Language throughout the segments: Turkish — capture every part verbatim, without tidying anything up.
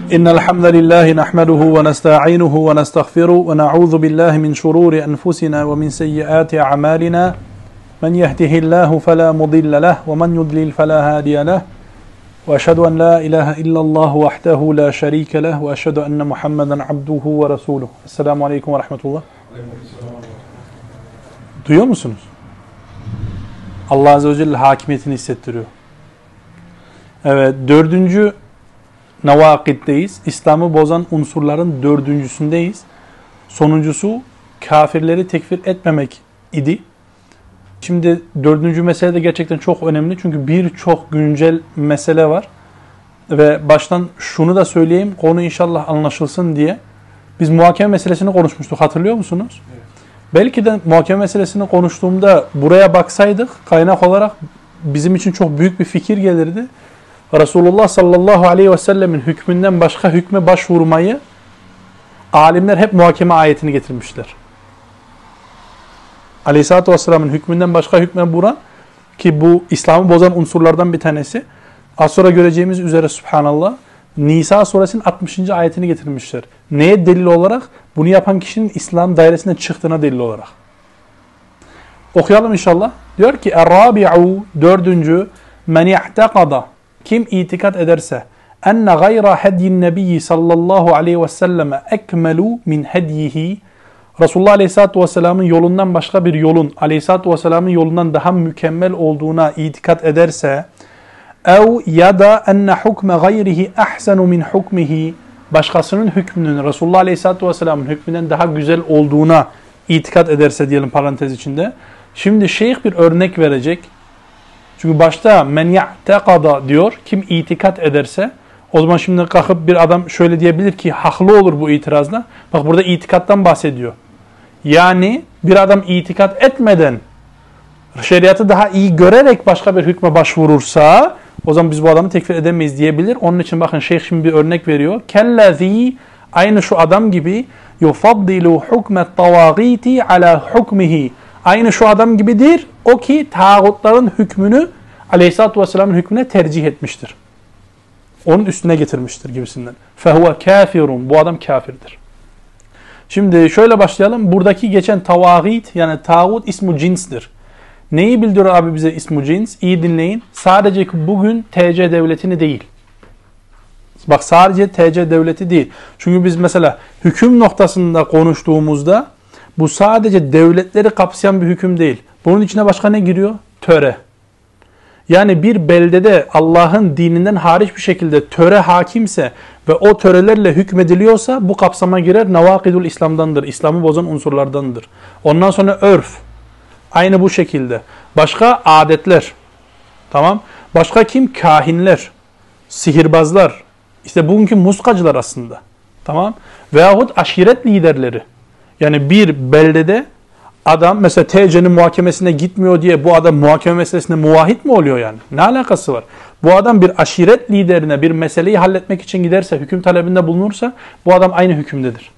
إن الحمد لله نحمده ونستعينه ونستغفره ونعوذ بالله من شرور أنفسنا ومن سيئات أعمالنا من يهده الله فلا مضل له ومن يضلل فلا هادي له وأشهد أن لا إله إلا الله وحده لا شريك له وأشهد أن محمدا عبده ورسوله. Esselamu Aleyküm ve Rahmetullah. Duyuyor musunuz? Allah Azze ve Celle hakimiyetini hissettiriyor. Evet, dördüncü Nevâkid'deyiz. İslam'ı bozan unsurların dördüncüsündeyiz. Sonuncusu kafirleri tekfir etmemek idi. Şimdi dördüncü mesele de gerçekten çok önemli. Çünkü birçok güncel mesele var. Ve baştan şunu da söyleyeyim, konu inşallah anlaşılsın diye. Biz muhakeme meselesini konuşmuştuk, hatırlıyor musunuz? Evet. Belki de muhakeme meselesini konuştuğumda buraya baksaydık, kaynak olarak bizim için çok büyük bir fikir gelirdi. Resulullah sallallahu aleyhi ve sellemin hükmünden başka hükme başvurmayı alimler hep muhakeme ayetini getirmişler. Aleyhisselatü vesselamın hükmünden başka hükme vuran, ki bu İslam'ı bozan unsurlardan bir tanesi. Az sonra göreceğimiz üzere subhanallah Nisa suresinin altmışıncı ayetini getirmişler. Neye delil olarak? Bunu yapan kişinin İslam dairesinden çıktığına delil olarak. Okuyalım inşallah. Diyor ki Er-Rabi'u dördüncü men i'tekada, kim itikat ederse enne gayra hedyin nebiyyi sallallahu aleyhi ve selleme ekmelu min hedyihi, Resulullah Aleyhisselatü Vesselam'ın yolundan başka bir yolun Aleyhisselatü Vesselam'ın yolundan daha mükemmel olduğuna itikat ederse, ev ya da enne hukme gayrihi ahsenu min hukmihi, başkasının hükmünün Resulullah Aleyhisselatü Vesselam'ın hükmünden daha güzel olduğuna itikat ederse diyelim parantez içinde. Şimdi şeyh bir örnek verecek. Çünkü başta men ya'tekada diyor, kim itikat ederse. O zaman şimdi kalkıp bir adam şöyle diyebilir ki haklı olur bu itirazla. Bak burada itikattan bahsediyor. Yani bir adam itikat etmeden şeriatı daha iyi görerek başka bir hükme başvurursa o zaman biz bu adamı tekfir edemeyiz diyebilir. Onun için bakın şeyh şimdi bir örnek veriyor. Kellezî, aynı şu adam gibi yufaddilu hukmet tavâgîti ala hukmihi. Aynı şu adam gibidir. O ki tağutların hükmünü Aleyhisselatü Vesselam'ın hükmüne tercih etmiştir. Onun üstüne getirmiştir gibisinden. Fehuve kafirun. Bu adam kafirdir. Şimdi şöyle başlayalım. Buradaki geçen tavagit, yani tağut ismu cinstir. Neyi bildiriyor abi bize ismu cins? İyi dinleyin. Sadece bugün T C devletini değil. Bak sadece T C devleti değil. Çünkü biz mesela hüküm noktasında konuştuğumuzda bu sadece devletleri kapsayan bir hüküm değil. Bunun içine başka ne giriyor? Töre. Yani bir beldede Allah'ın dininden hariç bir şekilde töre hakimse ve o törelerle hükmediliyorsa bu kapsama girer. Nevâkidul İslam'dandır. İslam'ı bozan unsurlardandır. Ondan sonra örf. Aynı bu şekilde. Başka adetler. Tamam. Başka kim? Kahinler. Sihirbazlar. İşte bugünkü muskacılar aslında. Tamam. Veyahut aşiret liderleri. Yani bir beldede adam mesela T C'nin muhakemesine gitmiyor diye bu adam muhakeme meselesinde muvahhid mi oluyor yani? Ne alakası var? Bu adam bir aşiret liderine bir meseleyi halletmek için giderse, hüküm talebinde bulunursa bu adam aynı hükümdedir.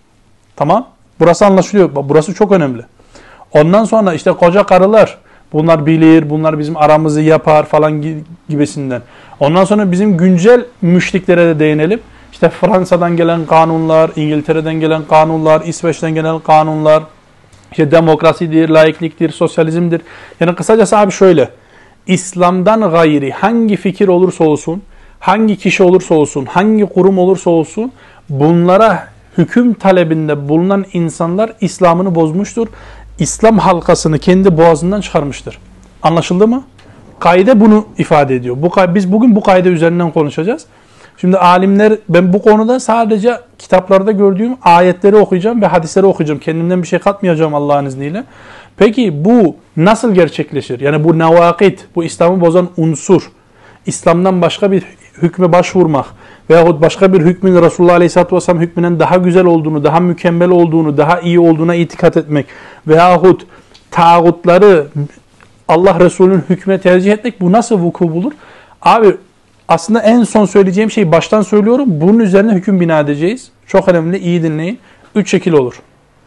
Tamam? Burası anlaşılıyor. Burası çok önemli. Ondan sonra işte koca karılar, bunlar bilir, bunlar bizim aramızı yapar falan gibisinden. Ondan sonra bizim güncel müşriklere de değinelim. İşte Fransa'dan gelen kanunlar, İngiltere'den gelen kanunlar, İsveç'ten gelen kanunlar, işte demokrasidir, laikliktir, sosyalizmdir. Yani kısacası abi şöyle, İslam'dan gayri hangi fikir olursa olsun, hangi kişi olursa olsun, hangi kurum olursa olsun, bunlara hüküm talebinde bulunan insanlar İslam'ını bozmuştur. İslam halkasını kendi boğazından çıkarmıştır. Anlaşıldı mı? Kaide bunu ifade ediyor. Bu, biz bugün bu kaide üzerinden konuşacağız. Şimdi alimler, ben bu konuda sadece kitaplarda gördüğüm ayetleri okuyacağım ve hadisleri okuyacağım. Kendimden bir şey katmayacağım Allah'ın izniyle. Peki bu nasıl gerçekleşir? Yani bu nevâkid, bu İslam'ı bozan unsur, İslam'dan başka bir hükme başvurmak veyahut başka bir hükmün Resulullah Aleyhisselatü Vesselam hükmünden daha güzel olduğunu, daha mükemmel olduğunu, daha iyi olduğuna itikat etmek veyahut tağutları Allah Resulü'nün hükmüne tercih etmek, bu nasıl vuku bulur? Abi aslında en son söyleyeceğim şeyi baştan söylüyorum. Bunun üzerine hüküm bina edeceğiz. Çok önemli, iyi dinleyin. Üç şekil olur.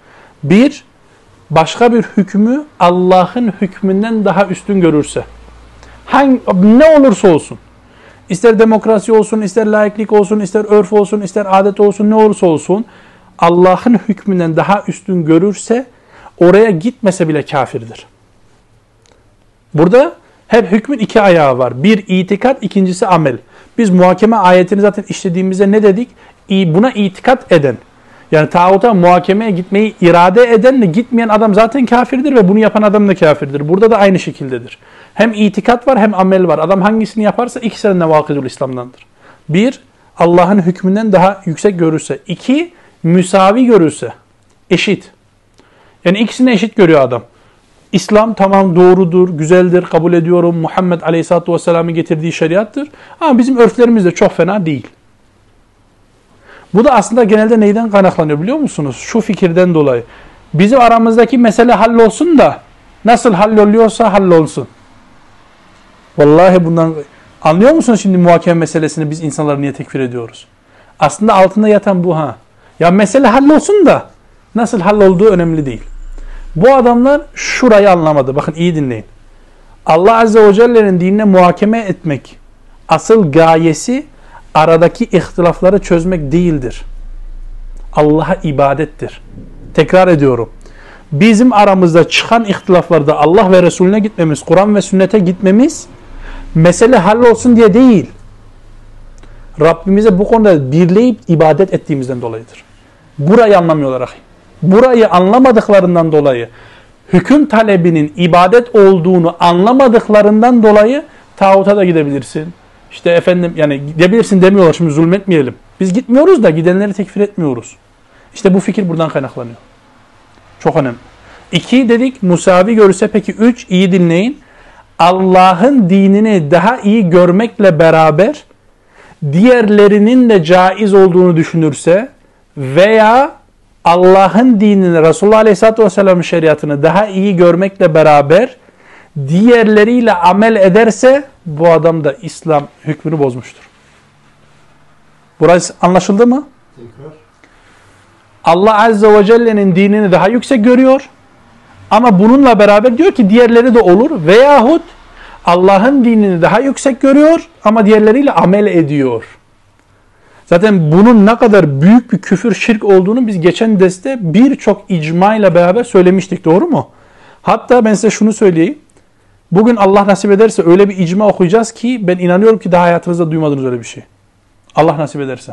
Bir, başka bir hükmü Allah'ın hükmünden daha üstün görürse. Hangi, ne olursa olsun. İster demokrasi olsun, ister laiklik olsun, ister örf olsun, ister adet olsun, ne olursa olsun Allah'ın hükmünden daha üstün görürse oraya gitmese bile kafirdir. Burada hep hükmün iki ayağı var. Bir itikat, ikincisi amel. Biz muhakeme ayetini zaten işlediğimizde ne dedik? Buna itikat eden, yani tağuta muhakemeye gitmeyi irade edenle gitmeyen adam zaten kafirdir ve bunu yapan adam da kafirdir. Burada da aynı şekildedir. Hem itikat var hem amel var. Adam hangisini yaparsa ikisi de nevâkidul İslam'dandır. Bir, Allah'ın hükmünden daha yüksek görürse. İki, müsavi görürse. Eşit. Yani ikisini eşit görüyor adam. İslam tamam doğrudur, güzeldir, kabul ediyorum. Muhammed Aleyhisselatü Vesselam'ın getirdiği şeriattır. Ama bizim örflerimiz de çok fena değil. Bu da aslında genelde neyden kaynaklanıyor biliyor musunuz? Şu fikirden dolayı. Bizim aramızdaki mesele hallolsun da nasıl halloluyorsa hallolsun. Vallahi bundan anlıyor musunuz şimdi muhakeme meselesini biz insanları niye tekfir ediyoruz? Aslında altında yatan bu ha. Ya mesele hallolsun da nasıl hallolduğu önemli değil. Bu adamlar şurayı anlamadı. Bakın iyi dinleyin. Allah Azze ve Celle'nin dinine muhakeme etmek asıl gayesi aradaki ihtilafları çözmek değildir. Allah'a ibadettir. Tekrar ediyorum. Bizim aramızda çıkan ihtilaflarda Allah ve Resulüne gitmemiz, Kur'an ve sünnete gitmemiz mesele hallolsun diye değil. Rabbimize bu konuda birleyip ibadet ettiğimizden dolayıdır. Burayı anlamıyorlar ahi. Burayı anlamadıklarından dolayı, hüküm talebinin ibadet olduğunu anlamadıklarından dolayı tağuta da gidebilirsin. İşte efendim yani gidebilirsin demiyorlar, şimdi zulmetmeyelim. Biz gitmiyoruz da gidenleri tekfir etmiyoruz. İşte bu fikir buradan kaynaklanıyor. Çok önemli. İki dedik musavi görürse, peki üç iyi dinleyin. Allah'ın dinini daha iyi görmekle beraber diğerlerinin de caiz olduğunu düşünürse veya Allah'ın dinini, Resulullah Aleyhisselatü Vesselam'ın şeriatını daha iyi görmekle beraber diğerleriyle amel ederse bu adam da İslam hükmünü bozmuştur. Burası anlaşıldı mı? Tekrar. Allah Azze ve Celle'nin dinini daha yüksek görüyor ama bununla beraber diyor ki diğerleri de olur veyahut Allah'ın dinini daha yüksek görüyor ama diğerleriyle amel ediyor. Zaten bunun ne kadar büyük bir küfür, şirk olduğunu biz geçen derste birçok icma ile beraber söylemiştik, doğru mu? Hatta ben size şunu söyleyeyim. Bugün Allah nasip ederse öyle bir icma okuyacağız ki ben inanıyorum ki daha hayatınızda duymadınız öyle bir şey. Allah nasip ederse.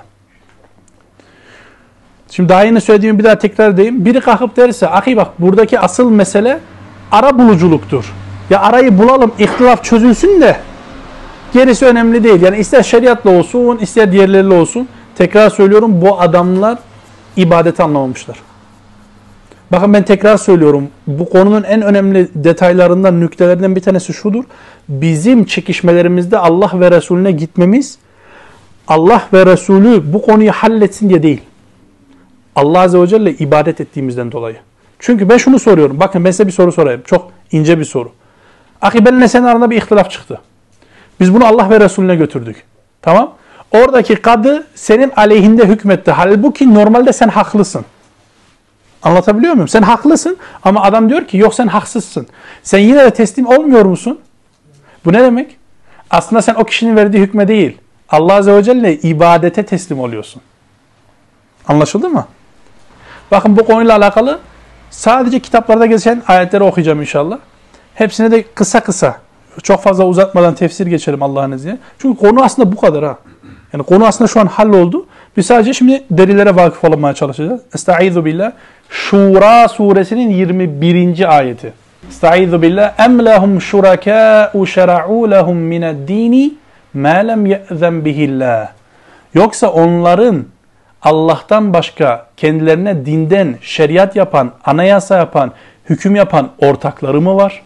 Şimdi daha yeni söylediğimi bir daha tekrar edeyim. Biri kalkıp derse, ahi bak buradaki asıl mesele ara buluculuktur. Ya arayı bulalım, ihtilaf çözülsün de gerisi önemli değil. Yani ister şeriatla olsun, ister diğerleriyle olsun. Tekrar söylüyorum, bu adamlar ibadeti anlamamışlar. Bakın ben tekrar söylüyorum. Bu konunun en önemli detaylarından, nüktelerinden bir tanesi şudur. Bizim çekişmelerimizde Allah ve Resulüne gitmemiz, Allah ve Resulü bu konuyu halletsin diye değil. Allah Azze ve Celle ibadet ettiğimizden dolayı. Çünkü ben şunu soruyorum. Bakın ben size bir soru sorayım. Çok ince bir soru. Ahi benimle senin arasında bir ihtilaf çıktı. Biz bunu Allah ve Resulüne götürdük. Tamam? Oradaki kadı senin aleyhinde hükmetti. Halbuki normalde sen haklısın. Anlatabiliyor muyum? Sen haklısın ama adam diyor ki yok sen haksızsın. Sen yine de teslim olmuyor musun? Bu ne demek? Aslında sen o kişinin verdiği hükme değil, Allah Azze ve Celle ibadete teslim oluyorsun. Anlaşıldı mı? Bakın bu konuyla alakalı sadece kitaplarda geçen ayetleri okuyacağım inşallah. Hepsine de kısa kısa, çok fazla uzatmadan tefsir geçelim Allah'ın izniyle. Çünkü konu aslında bu kadar ha. Yani konu aslında şu an halloldu. Biz sadece şimdi delillere vakıf olmaya çalışacağız. Estaizu billah. Şura suresinin yirmi birinci ayeti. Estaizu billah. Em lehum şurakâ'u şera'û lehum mineddîni mâ lem ye'zen bihillah. Yoksa onların Allah'tan başka kendilerine dinden şeriat yapan, anayasa yapan, hüküm yapan ortakları mı var?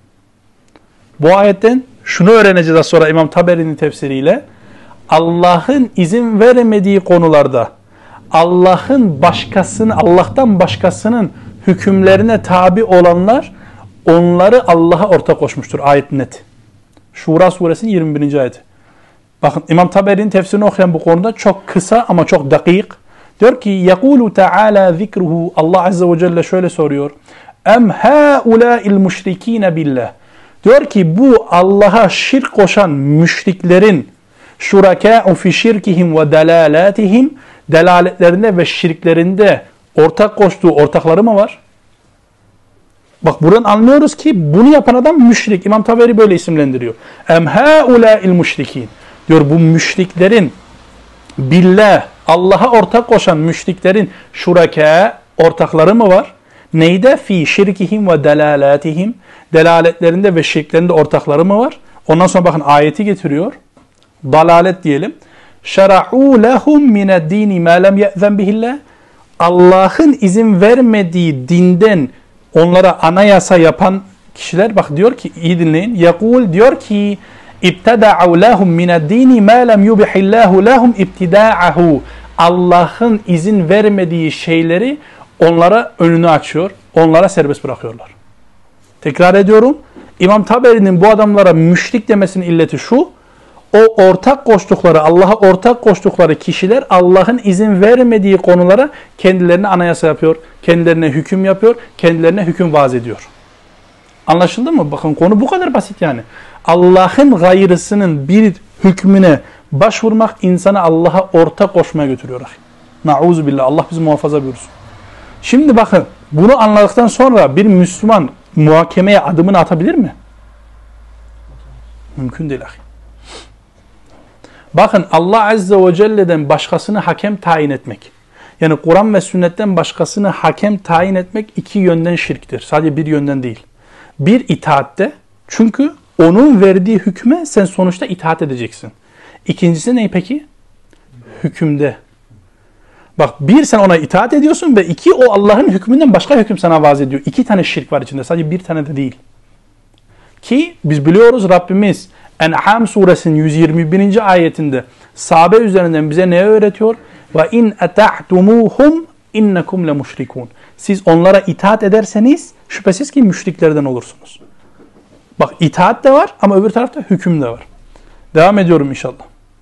Bu ayetten şunu öğreneceğiz az sonra İmam Taberi'nin tefsiriyle. Allah'ın izin veremediği konularda Allah'ın başkasını, Allah'tan başkasının hükümlerine tabi olanlar onları Allah'a ortak koşmuştur. Ayet net. Şura suresinin yirmi birinci ayeti. Bakın İmam Taberi'nin tefsirini okuyan bu konuda çok kısa ama çok dakik. Diyor ki يَقُولُ تَعَالَى ذِكْرُهُ Allah Azze ve Celle şöyle soruyor. اَمْ هَاُولَٰئِ الْمُشْرِك۪ينَ بِاللّٰهِ Diyor ki bu Allah'a şirk koşan müşriklerin şurakâ'u fi şirkihim ve delâlâtihim, delaletlerinde ve şirklerinde ortak koştuğu ortakları mı var? Bak buradan anlıyoruz ki bunu yapan adam müşrik. İmam Taberi böyle isimlendiriyor. Em hâulâ'il müşrikîn. Diyor bu müşriklerin billah, Allah'a ortak koşan müşriklerin şurakâ, ortakları mı var? Neyde? Fi şirkihim ve delâlâtihim. Delaletlerinde ve şirklerinde ortakları mı var? Ondan sonra bakın ayeti getiriyor. Dalalet diyelim. Şera'û lehum mineddîni mâ lem ye'zen bihillah. Allah'ın izin vermediği dinden onlara anayasa yapan kişiler, bak diyor ki, iyi dinleyin. Yakul diyor ki İbteda'u lehum mineddîni mâ lem yubihillâhu lehum ibtidâ'ahu. Allah'ın izin vermediği şeyleri onlara önünü açıyor. Onlara serbest bırakıyorlar. Tekrar ediyorum. İmam Taberi'nin bu adamlara müşrik demesinin illeti şu. O ortak koştukları, Allah'a ortak koştukları kişiler Allah'ın izin vermediği konulara kendilerine anayasa yapıyor. Kendilerine hüküm yapıyor. Kendilerine hüküm vaaz ediyor. Anlaşıldı mı? Bakın konu bu kadar basit yani. Allah'ın gayrısının bir hükmüne başvurmak insanı Allah'a ortak koşmaya götürüyor. Nauzu billah. Allah bizi muhafaza buyursun. Şimdi bakın bunu anladıktan sonra bir Müslüman muhakemeye adımını atabilir mi? Mümkün değil. Bakın Allah Azze ve Celle'den başkasını hakem tayin etmek. Yani Kur'an ve sünnetten başkasını hakem tayin etmek iki yönden şirktir. Sadece bir yönden değil. Bir itaatte, çünkü onun verdiği hükme sen sonuçta itaat edeceksin. İkincisi ne peki? Hükümde. Bak bir sen ona itaat ediyorsun ve iki o Allah'ın hükmünden başka hüküm sana vaaz ediyor. İki tane şirk var içinde, sadece bir tane de değil. Ki biz biliyoruz Rabbimiz En'am suresinin yüz yirmi birinci ayetinde sahabe üzerinden bize ne öğretiyor? Ve in eta'tumuhum innekum le müşrikun. Siz onlara itaat ederseniz şüphesiz ki müşriklerden olursunuz. Bak itaat de var ama öbür tarafta hüküm de var. Devam ediyorum inşallah.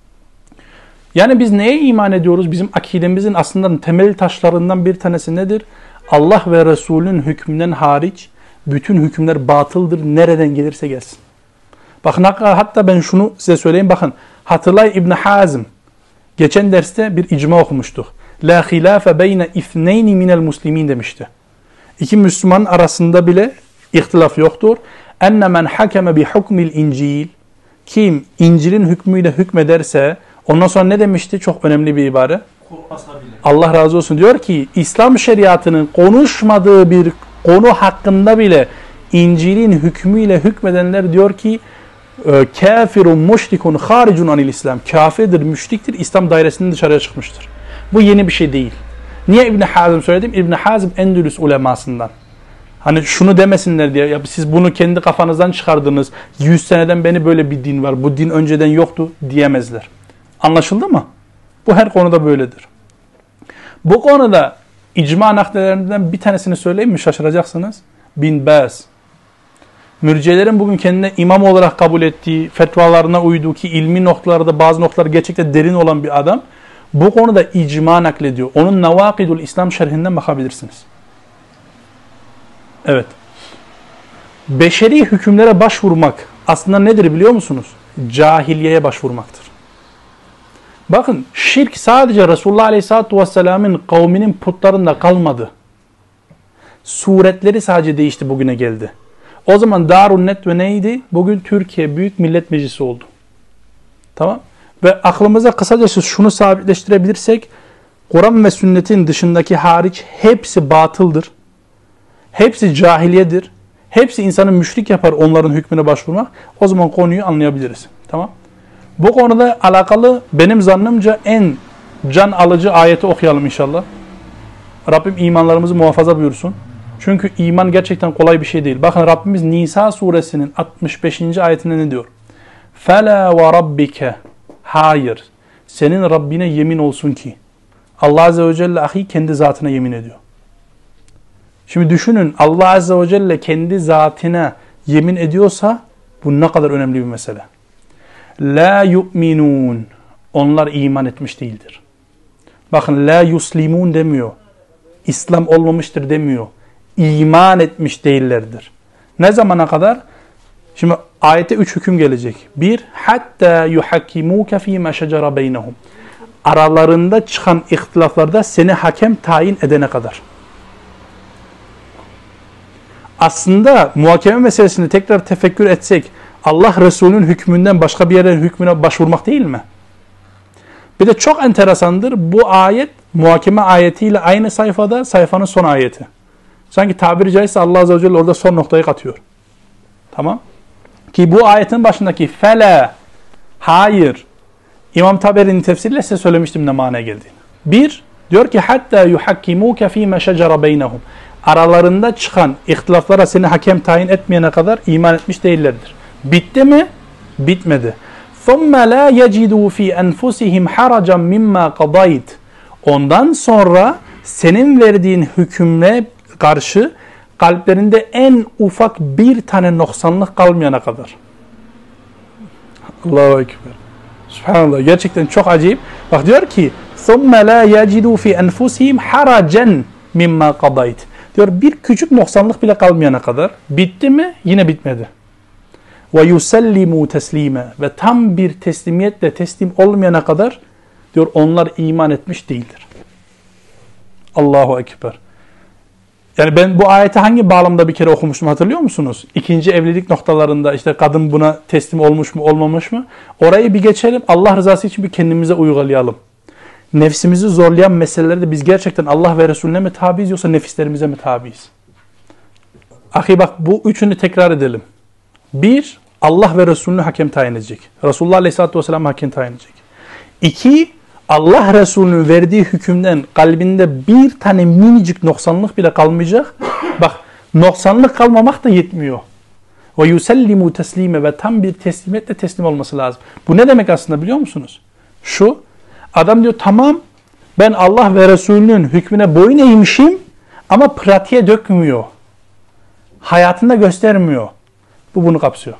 Yani biz neye iman ediyoruz? Bizim akidemizin aslında temel taşlarından bir tanesi nedir? Allah ve Resulün hükmünden hariç bütün hükümler batıldır. Nereden gelirse gelsin. Bakın hatta ben şunu size söyleyeyim. Bakın hatırlay İbn Hazm. Geçen derste bir icma okumuştuk. La hilafe beyne ithneyni minel muslimin demişti. İki Müslüman arasında bile ihtilaf yoktur. Enne men hakeme bi hukmil incil. Kim İncil'in hükmüyle hükmederse, ondan sonra ne demişti? Çok önemli bir ibare. Allah razı olsun. Diyor ki İslam şeriatının konuşmadığı bir konu hakkında bile İncil'in hükmüyle hükmedenler diyor ki kafirun müşrikun haricun anil İslam. Kafirdir, müşriktir, İslam dairesinden dışarıya çıkmıştır. Bu yeni bir şey değil. Niye İbn Hazm söyledim? İbn Hazm Endülüs ulemasından. Hani şunu demesinler diye, ya siz bunu kendi kafanızdan çıkardınız. yüz seneden beri böyle bir din var. Bu din önceden yoktu diyemezler. Anlaşıldı mı? Bu her konuda böyledir. Bu konuda icma nakdelerinden bir tanesini söyleyeyim mi? Şaşıracaksınız. Bin Baz. Mürciyelerin bugün kendine imam olarak kabul ettiği, fetvalarına uyduğu ki ilmi noktalarda bazı noktalar gerçekten derin olan bir adam. Bu konuda icma naklediyor. Onun Nevakidul İslam şerhinden bakabilirsiniz. Evet. Beşeri hükümlere başvurmak aslında nedir biliyor musunuz? Cahiliyeye başvurmaktır. Bakın şirk sadece Resulullah Aleyhisselatü Vesselam'ın kavminin putlarında kalmadı. Suretleri sadece değişti, bugüne geldi. O zaman Darun Netve neydi? Bugün Türkiye Büyük Millet Meclisi oldu. Tamam. Ve aklımıza kısacası şunu sabitleştirebilirsek, Kur'an ve sünnetin dışındaki hariç hepsi batıldır. Hepsi cahiliyedir. Hepsi insanı müşrik yapar onların hükmüne başvurmak. O zaman konuyu anlayabiliriz. Tamam. Bu konuda alakalı benim zannımca en can alıcı ayeti okuyalım inşallah. Rabbim imanlarımızı muhafaza buyursun. Çünkü iman gerçekten kolay bir şey değil. Bakın Rabbimiz Nisa suresinin altmış beşinci ayetinde ne diyor? فَلَا وَرَبِّكَ Hayır. Senin Rabbine yemin olsun ki. Allah Azze ve Celle ahi kendi zatına yemin ediyor. Şimdi düşünün, Allah Azze ve Celle kendi zatına yemin ediyorsa bu ne kadar önemli bir mesele. La yu'minun. Onlar iman etmiş değildir. Bakın la yuslimun demiyor. İslam olmamıştır demiyor. İman etmiş değillerdir. Ne zamana kadar? Şimdi ayette üç hüküm gelecek. Bir, hatta yuhakkimuke fîme şecere beynehum. Aralarında çıkan ihtilaflarda seni hakem tayin edene kadar. Aslında muhakeme meselesini tekrar tefekkür etsek, Allah Resulü'nün hükmünden başka bir yerin hükmüne başvurmak değil mi? Bir de çok enteresandır, bu ayet muhakeme ayetiyle aynı sayfada, sayfanın son ayeti. Sanki tabiri caizse Allah Azze ve Celle orada son noktayı katıyor. Tamam. Ki bu ayetin başındaki fele, hayır, İmam Taberi'nin tefsiriyle size söylemiştim ne manaya geldiğini. Bir, diyor ki hatta yuhakkimuke fîme şecere beynehum. Aralarında çıkan ihtilaflara seni hakem tayin etmeyene kadar iman etmiş değillerdir. Bitti mi? Bitmedi. ثُمَّ لَا يَجِدُوا ف۪ي أَنْفُسِهِمْ حَرَجًا مِمَّا قَضَيْتِ. Ondan sonra senin verdiğin hükümle karşı kalplerinde en ufak bir tane noksanlık kalmayana kadar. Allahu Ekber. Subhanallah. Gerçekten çok acayip. Bak diyor ki ثُمَّ لَا يَجِدُوا ف۪ي أَنْفُسِهِمْ حَرَجًا مِمَّا قَضَيْتِ. Diyor bir küçük noksanlık bile kalmayana kadar. Bitti mi? Yine bitmedi. وَيُسَلِّمُوا تَسْلِيمًا. Ve tam bir teslimiyetle teslim olmayana kadar diyor onlar iman etmiş değildir. Allahu Ekber. Yani ben bu ayeti hangi bağlamda bir kere okumuştum hatırlıyor musunuz? İkinci evlilik noktalarında işte kadın buna teslim olmuş mu olmamış mı? Orayı bir geçelim. Allah rızası için bir kendimize uygulayalım. Nefsimizi zorlayan meselelerde biz gerçekten Allah ve Resulüne mi tabiiz yoksa nefislerimize mi tabiiz? Ahi bak bu üçünü tekrar edelim. Bir, Allah ve Resulünü hakem tayin edecek. Resulullah Aleyhisselatü Vesselam hakem tayin edecek. İki, Allah Resulü'nün verdiği hükümden kalbinde bir tane minicik noksanlık bile kalmayacak. Bak noksanlık kalmamak da yetmiyor. Ve yusellimu teslime ve tam bir teslimiyetle teslim olması lazım. Bu ne demek aslında biliyor musunuz? Şu, adam diyor tamam ben Allah ve Resulünün hükmüne boyun eğmişim ama pratiğe dökmüyor. Hayatında göstermiyor. Bu bunu kapsıyor.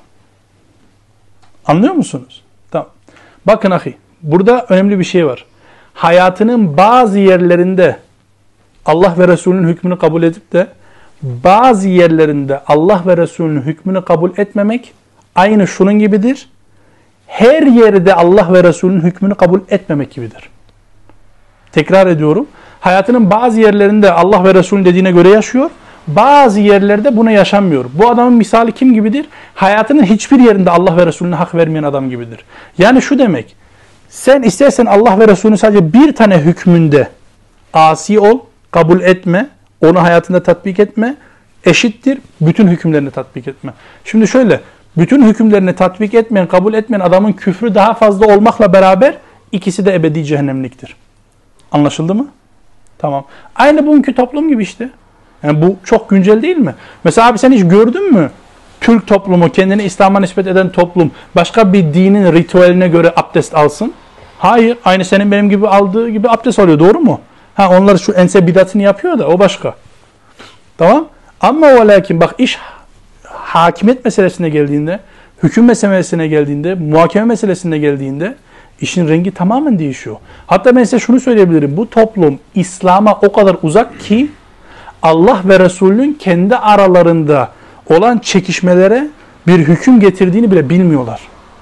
Anlıyor musunuz? Tamam. Bakın ahi, burada önemli bir şey var. Hayatının bazı yerlerinde Allah ve Resulünün hükmünü kabul edip de bazı yerlerinde Allah ve Resulünün hükmünü kabul etmemek aynı şunun gibidir. Her yerde Allah ve Resulünün hükmünü kabul etmemek gibidir. Tekrar ediyorum. Hayatının bazı yerlerinde Allah ve Resulünün dediğine göre yaşıyor. Bazı yerlerde buna yaşanmıyor. Bu adamın misali kim gibidir? Hayatının hiçbir yerinde Allah ve Resulüne hak vermeyen adam gibidir. Yani şu demek. Sen istersen Allah ve Resulünün sadece bir tane hükmünde asi ol, kabul etme, onu hayatında tatbik etme, eşittir bütün hükümlerini tatbik etme. Şimdi şöyle, bütün hükümlerini tatbik etmeyen, kabul etmeyen adamın küfrü daha fazla olmakla beraber ikisi de ebedi cehennemliktir. Anlaşıldı mı? Tamam. Aynı bugünkü toplum gibi işte. Yani bu çok güncel değil mi? Mesela abi sen hiç gördün mü? Türk toplumu, kendini İslam'a nispet eden toplum başka bir dinin ritüeline göre abdest alsın? Hayır. Aynı senin benim gibi aldığı gibi abdest alıyor. Doğru mu? Ha onlar şu ense bidatını yapıyor da o başka. Tamam? Ama o lakin bak iş hakimiyet meselesine geldiğinde, hüküm meselesine geldiğinde, muhakeme meselesine geldiğinde işin rengi tamamen değişiyor. Hatta ben size şunu söyleyebilirim. Bu toplum İslam'a o kadar uzak ki Allah ve Resulünün kendi aralarında olan çekişmelere bir hüküm getirdiğini bile bilmiyorlar.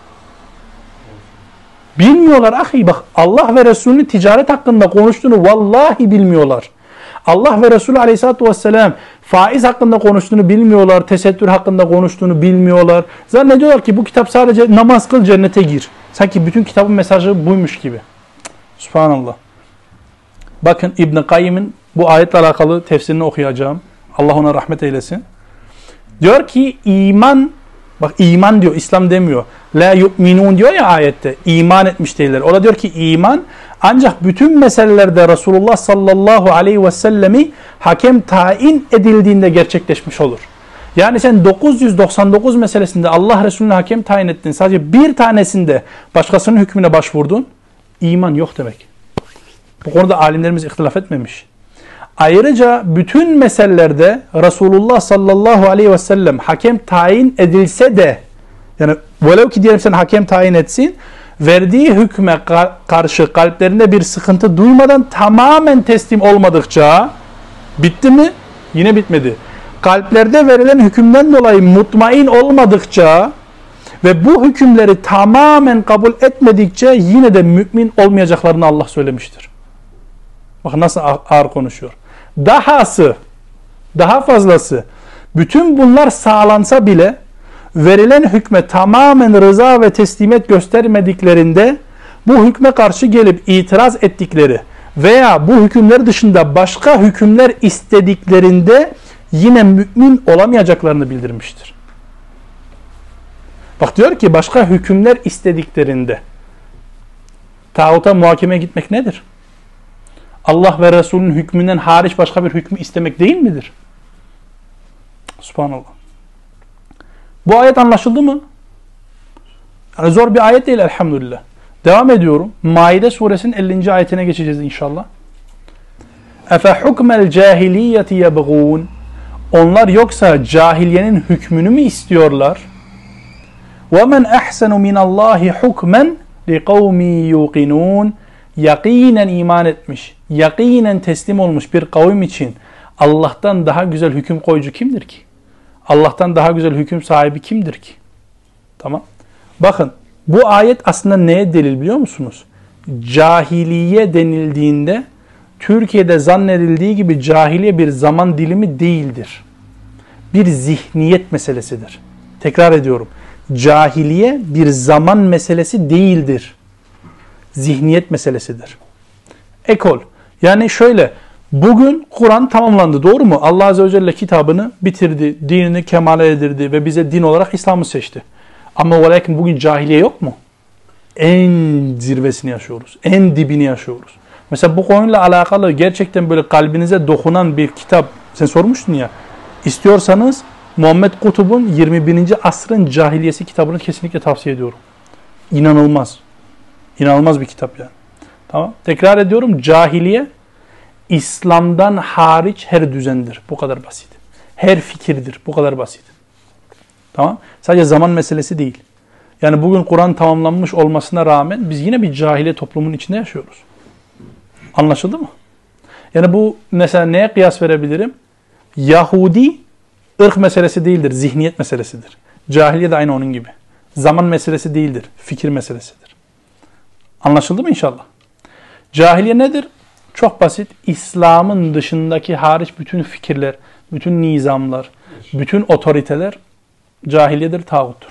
Bilmiyorlar ahi bak Allah ve Resulünün ticaret hakkında konuştuğunu vallahi bilmiyorlar. Allah ve Resulü Aleyhisselatü Vesselam faiz hakkında konuştuğunu bilmiyorlar. Tesettür hakkında konuştuğunu bilmiyorlar. Zannediyorlar ki bu kitap sadece namaz kıl cennete gir. Sanki bütün kitabın mesajı buymuş gibi. Subhanallah. Bakın İbn-i Kayyim'in bu ayetle alakalı tefsirini okuyacağım. Allah ona rahmet eylesin. Diyor ki iman, bak iman diyor, İslam demiyor. La yu'minun diyor ya ayette. İman etmiş değiller. O da diyor ki iman ancak bütün meselelerde Resulullah sallallahu aleyhi ve sellemi hakem tayin edildiğinde gerçekleşmiş olur. Yani sen dokuz yüz doksan dokuz meselesinde Allah Resulü'nü hakem tayin ettin. Sadece bir tanesinde başkasının hükmüne başvurdun. İman yok demek. Bu konuda alimlerimiz ihtilaf etmemiş. Ayrıca bütün meselelerde Resulullah sallallahu aleyhi ve sellem hakem tayin edilse de yani velev ki diyelim sen hakem tayin etsin verdiği hükme karşı kalplerinde bir sıkıntı duymadan tamamen teslim olmadıkça bitti mi? Yine bitmedi. kalplerde verilen hükümden dolayı mutmain olmadıkça ve bu hükümleri tamamen kabul etmedikçe yine de mümin olmayacaklarını Allah söylemiştir. Bakın nasıl ağır konuşuyor. Dahası, daha fazlası, bütün bunlar sağlansa bile verilen hükme tamamen rıza ve teslimiyet göstermediklerinde bu hükme karşı gelip itiraz ettikleri veya bu hükümler dışında başka hükümler istediklerinde yine mümin olamayacaklarını bildirmiştir. Bak diyor ki başka hükümler istediklerinde tağuta muhakemeye gitmek nedir? Allah ve Resulünün hükmünden hariç başka bir hükmü istemek değil midir? Subhanallah. Bu ayet anlaşıldı mı? Yani zor bir ayet değil elhamdülillah. Devam ediyorum. Maide suresinin ellinci ayetine geçeceğiz inşallah. Efe hukmel cahiliyeti yebğun. Onlar yoksa cahiliyenin hükmünü mü istiyorlar? وَمَنْ أَحْسَنُ مِنَ اللّٰهِ حُكْمًا لِقَوْمِ يُوقِنُونَ. Yakinen iman etmiş, yakinen teslim olmuş bir kavim için Allah'tan daha güzel hüküm koyucu kimdir ki? Allah'tan daha güzel hüküm sahibi kimdir ki? Tamam. Bakın bu ayet aslında neye delil biliyor musunuz? Cahiliye denildiğinde Türkiye'de zannedildiği gibi cahiliye bir zaman dilimi değildir. Bir zihniyet meselesidir. Tekrar ediyorum. Cahiliye bir zaman meselesi değildir. Zihniyet meselesidir. Ekol. Yani şöyle, bugün Kur'an tamamlandı, doğru mu? Allah Azze ve Celle kitabını bitirdi, dinini kemale edirdi ve bize din olarak İslam'ı seçti. Ama ve lakin bugün cahiliye yok mu? En zirvesini yaşıyoruz, en dibini yaşıyoruz. Mesela bu konuyla alakalı gerçekten böyle kalbinize dokunan bir kitap, sen sormuştun ya, istiyorsanız Muhammed Kutub'un yirmi birinci asrın cahiliyesi kitabını kesinlikle tavsiye ediyorum. İnanılmaz. İnanılmaz bir kitap yani. Tamam. Tekrar ediyorum, cahiliye İslam'dan hariç her düzendir. Bu kadar basit. Her fikirdir. Bu kadar basit. Tamam. Sadece zaman meselesi değil. Yani bugün Kur'an tamamlanmış olmasına rağmen biz yine bir cahiliye toplumun içinde yaşıyoruz. Anlaşıldı mı? Yani bu mesela neye kıyas verebilirim? Yahudi ırk meselesi değildir. Zihniyet meselesidir. Cahiliye de aynı onun gibi. Zaman meselesi değildir. Fikir meselesidir. Anlaşıldı mı inşallah? Cahiliye nedir? Çok basit. İslam'ın dışındaki hariç bütün fikirler, bütün nizamlar, bütün otoriteler cahiliyedir, tağuttur.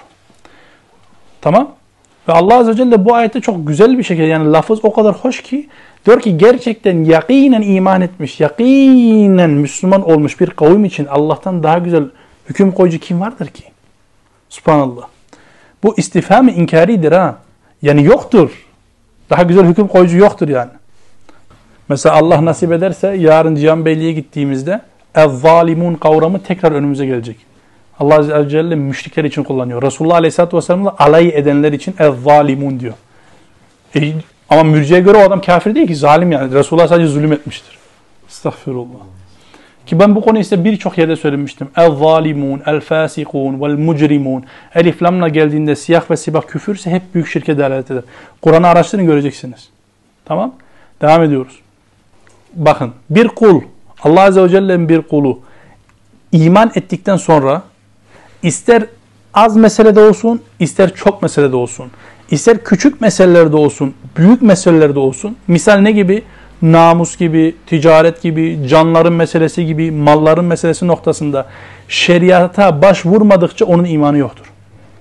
Tamam? Ve Allah Azze ve Celle bu ayette çok güzel bir şekilde, yani lafız o kadar hoş ki, diyor ki gerçekten yakinen iman etmiş, yakinen Müslüman olmuş bir kavim için Allah'tan daha güzel hüküm koyucu kim vardır ki? Subhanallah. Bu istifham-ı inkaridir ha. Yani yoktur. Daha güzel hüküm koyucu yoktur yani. Mesela Allah nasip ederse yarın Cihanbeyli'ye gittiğimizde ezzalimun kavramı tekrar önümüze gelecek. Allah Azze ve Celle müşrikler için kullanıyor. Resulullah Aleyhisselatü Vesselam da alay edenler için ezzalimun diyor. E, ama mürciye göre o adam kafir değil ki, zalim yani. Resulullah sadece zulüm etmiştir. Estağfirullah. Ki ben bu konuyu size birçok yerde söylemiştim. El-zalimun, el-fasikun, vel-mucrimun. Elif lamla geldiğinde siyah ve sibah küfürse hep büyük şirke delalet eder. Kur'an'ı araştırın, göreceksiniz. Tamam? Devam ediyoruz. Bakın, bir kul, Allah Azze ve Celle'nin bir kulu iman ettikten sonra ister az meselede olsun, ister çok meselede olsun, ister küçük meselelerde olsun, büyük meselelerde olsun. Misal ne gibi? Namus gibi, ticaret gibi, canların meselesi gibi, malların meselesi noktasında şeriata başvurmadıkça onun imanı yoktur.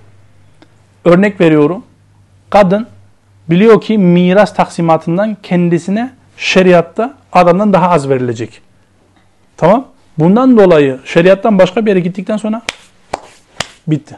Örnek veriyorum. Kadın biliyor ki miras taksimatından kendisine şeriatta adamdan daha az verilecek. Tamam? Bundan dolayı şeriattan başka bir yere gittikten sonra bitti.